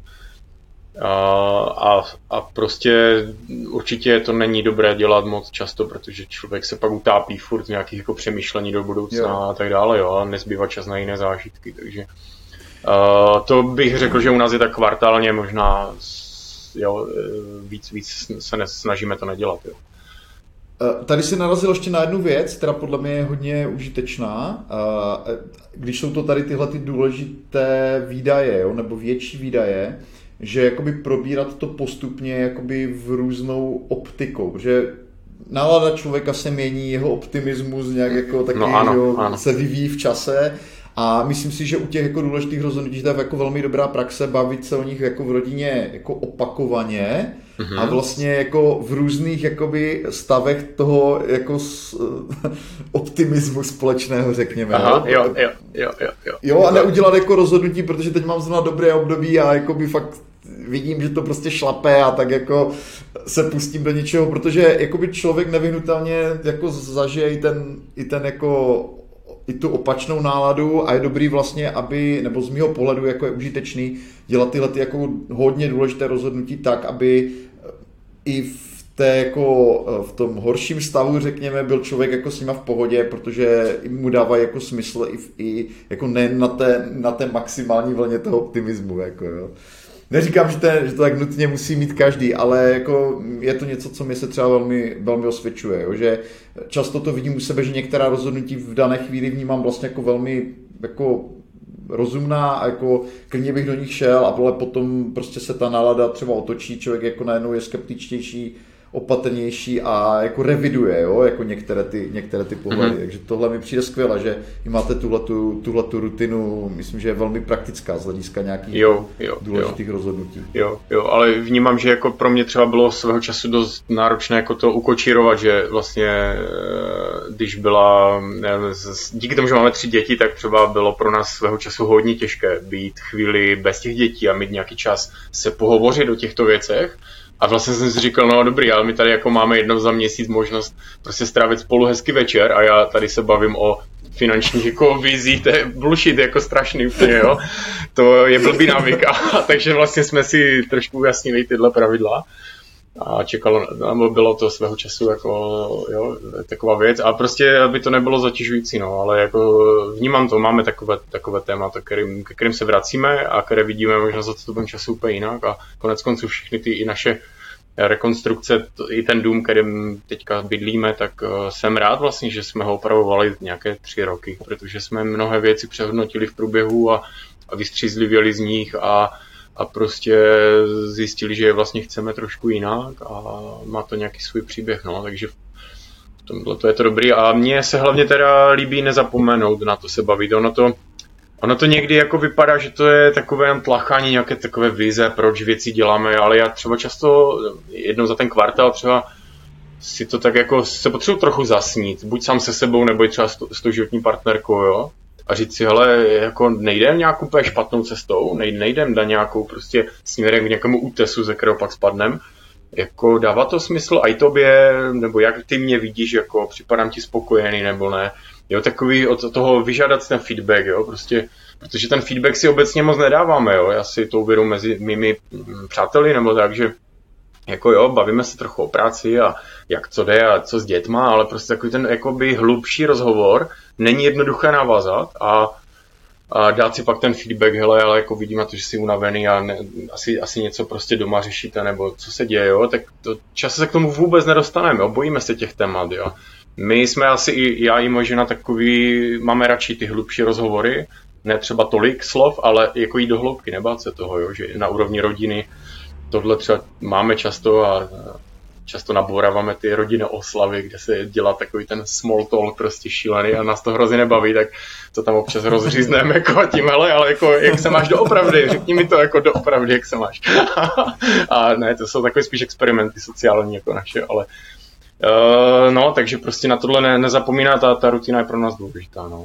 A, a prostě určitě to není dobré dělat moc často, protože člověk se pak utápí furt v nějakých jako přemýšlení do budoucna jo. a tak dále, jo, a nezbývá čas na jiné zážitky, takže uh, to bych řekl, že u nás je tak kvartálně, možná jo, víc, víc se nesnažíme to nedělat, jo. Tady si narazil ještě na jednu věc, která podle mě je hodně užitečná. Když jsou to tady tyhle ty důležité výdaje, jo, nebo větší výdaje, že jakoby probírat to postupně jakoby v různou optikou, že nálada člověka se mění, jeho optimismus nějak jako taky, no, ano, jo, ano. se vyvíjí v čase a myslím si, že u těch jako důležitých rozhodnutí to je jako velmi dobrá praxe bavit se o nich jako v rodině jako opakovaně mm-hmm. a vlastně jako v různých jakoby stavech toho jako s, optimismu společného, řekněme. Aha, jo, jo, jo, jo, jo. Jo, a neudělat jako rozhodnutí, protože teď mám zrovna dobré období a jakoby fakt vidím, že to prostě šlape a tak jako se pustím do něčeho, protože jakoby člověk nevyhnutelně jako zažije i ten, i ten jako i tu opačnou náladu a je dobrý vlastně, aby, nebo z mýho pohledu jako je užitečný dělat tyhle ty jako hodně důležité rozhodnutí tak, aby i v té jako v tom horším stavu, řekněme, byl člověk jako s nima v pohodě, protože mu dávají jako smysl i, v, i jako ne na té, na té maximální vlně toho optimismu, jako jo. neříkám, že to, že to tak nutně musí mít každý, ale jako je to něco, co mi se třeba velmi, velmi osvědčuje, jo? Že často to vidím u sebe, že některá rozhodnutí v dané chvíli vnímám vlastně jako velmi jako rozumná a jako klidně bych do nich šel, ale potom prostě se ta nálada třeba otočí, člověk jako najednou je skeptičtější, opatrnější a jako reviduje, jo, jako některé ty, některé ty pohledy. Mm-hmm. Takže tohle mi přijde skvěle, že vy máte tuhletu, tuhletu rutinu, myslím, že je velmi praktická z hlediska nějakých jo, jo, důležitých jo. rozhodnutí. Jo, jo, ale vnímám, že jako pro mě třeba bylo svého času dost náročné jako to ukočírovat, že vlastně když byla, díky tomu, že máme tři děti, tak třeba bylo pro nás svého času hodně těžké být chvíli bez těch dětí a mít nějaký čas se pohovořit o těchto věcech. A vlastně jsem si říkal, no dobrý, ale my tady jako máme jednou za měsíc možnost prostě strávit spolu hezky večer a já tady se bavím o finančních jako vizí, to je bullshit, jako strašný úplně, jo. To je blbý návyk a takže vlastně jsme si trošku ujasnili tyhle pravidla a čekalo, bylo to svého času jako, jo, taková věc a prostě, aby to nebylo zatěžující, no, ale jako vnímám to, máme takové, takové témata, kterým, ke kterým se vracíme a které vidíme možná za to času úplně jinak a konec konců všechny ty i naše rekonstrukce, i ten dům, kterým teďka bydlíme, tak jsem rád vlastně, že jsme ho opravovali nějaké tři roky, protože jsme mnohé věci přehodnotili v průběhu a, a vystřízlivěli z nich a a prostě zjistili, že je vlastně chceme trošku jinak a má to nějaký svůj příběh, no, takže v tomhle to je to dobrý a mně se hlavně teda líbí nezapomenout na to se bavit, ono to, ono to někdy jako vypadá, že to je takové jen tlachání, nějaké takové vize, proč věci děláme, ale já třeba často jednou za ten kvartál třeba si to tak jako se potřebuji trochu zasnít, buď sám se sebou, nebo i třeba s tou životní partnerkou, jo. A říct si, hele, jako nejdem nějakou úplně špatnou cestou, nejdem na nějakou prostě směrem k nějakému útesu, ze kterého pak spadnem. Jako dává to smysl i tobě, nebo jak ty mě vidíš, jako připadám ti spokojený nebo ne. Jo, takový od toho vyžádat ten feedback, jo, prostě, protože ten feedback si obecně moc nedáváme, jo. Já si to uvědomuji mezi mými přáteli, nebo tak, že jako jo, bavíme se trochu o práci a jak co jde a co s dětma, ale prostě takový ten jakoby hlubší rozhovor není jednoduché navázat a, a dát si pak ten feedback, hele, ale jako vidím na to, že jsi unavený a ne, asi, asi něco prostě doma řešíte, nebo co se děje, jo, tak to často se k tomu vůbec nedostaneme, jo, bojíme se těch témat, jo. My jsme asi, i já i moje žena takový, máme radši ty hlubší rozhovory, ne třeba tolik slov, ale jako jít do hloubky, nebát se toho, jo, že na úrovni rodiny tohle třeba máme často a často nabouráváme ty rodinné oslavy, kde se dělá takový ten small talk prostě šílený a nás to hrozně nebaví, tak to tam občas rozřízneme jako a tím, hele, ale jako jak se máš doopravdy, řekni mi to jako doopravdy, jak se máš. A ne, to jsou takové spíš experimenty sociální jako naše, ale uh, no, takže prostě na tohle ne, nezapomíná, ta, ta rutina je pro nás důležitá, no.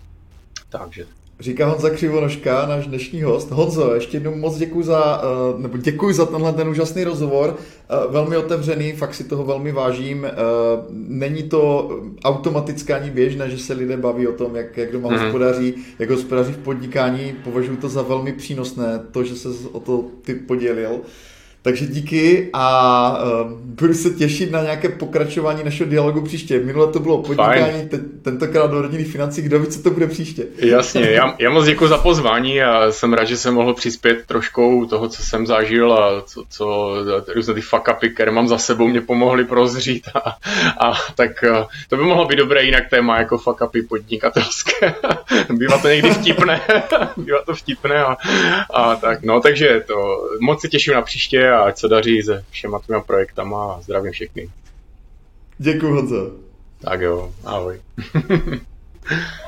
Takže říká Honza Křivonožka, náš dnešní host. Honzo, ještě jednou moc děkuji za, nebo děkuji za tenhle ten úžasný rozhovor, velmi otevřený, fakt si toho velmi vážím. Není to automaticky ani běžné, že se lidé baví o tom, jak, jak doma mm. hospodaří, jak hospodaří v podnikání. Považuji to za velmi přínosné, to, že se o to ty podělil. Takže díky a uh, budu se těšit na nějaké pokračování našeho dialogu příště. Minule to bylo podnikání, te, tentokrát do rodinných financí, kdo ví, co to bude příště. Jasně, já, já moc děkuji za pozvání a jsem rád, že jsem mohl přispět trošku toho, co jsem zažil a co, co různé ty fuck upy, které mám za sebou, mě pomohly prozřít a, a tak to by mohlo být dobré jinak téma jako fuck upy podnikatelské. Bývá to někdy vtipné, bývá to vtipné a, a tak, no, takže to moc se těším na příště a ať se daří se všema těma projektama a zdravím všechny. Děkuji, Honzo. Tak jo, ahoj.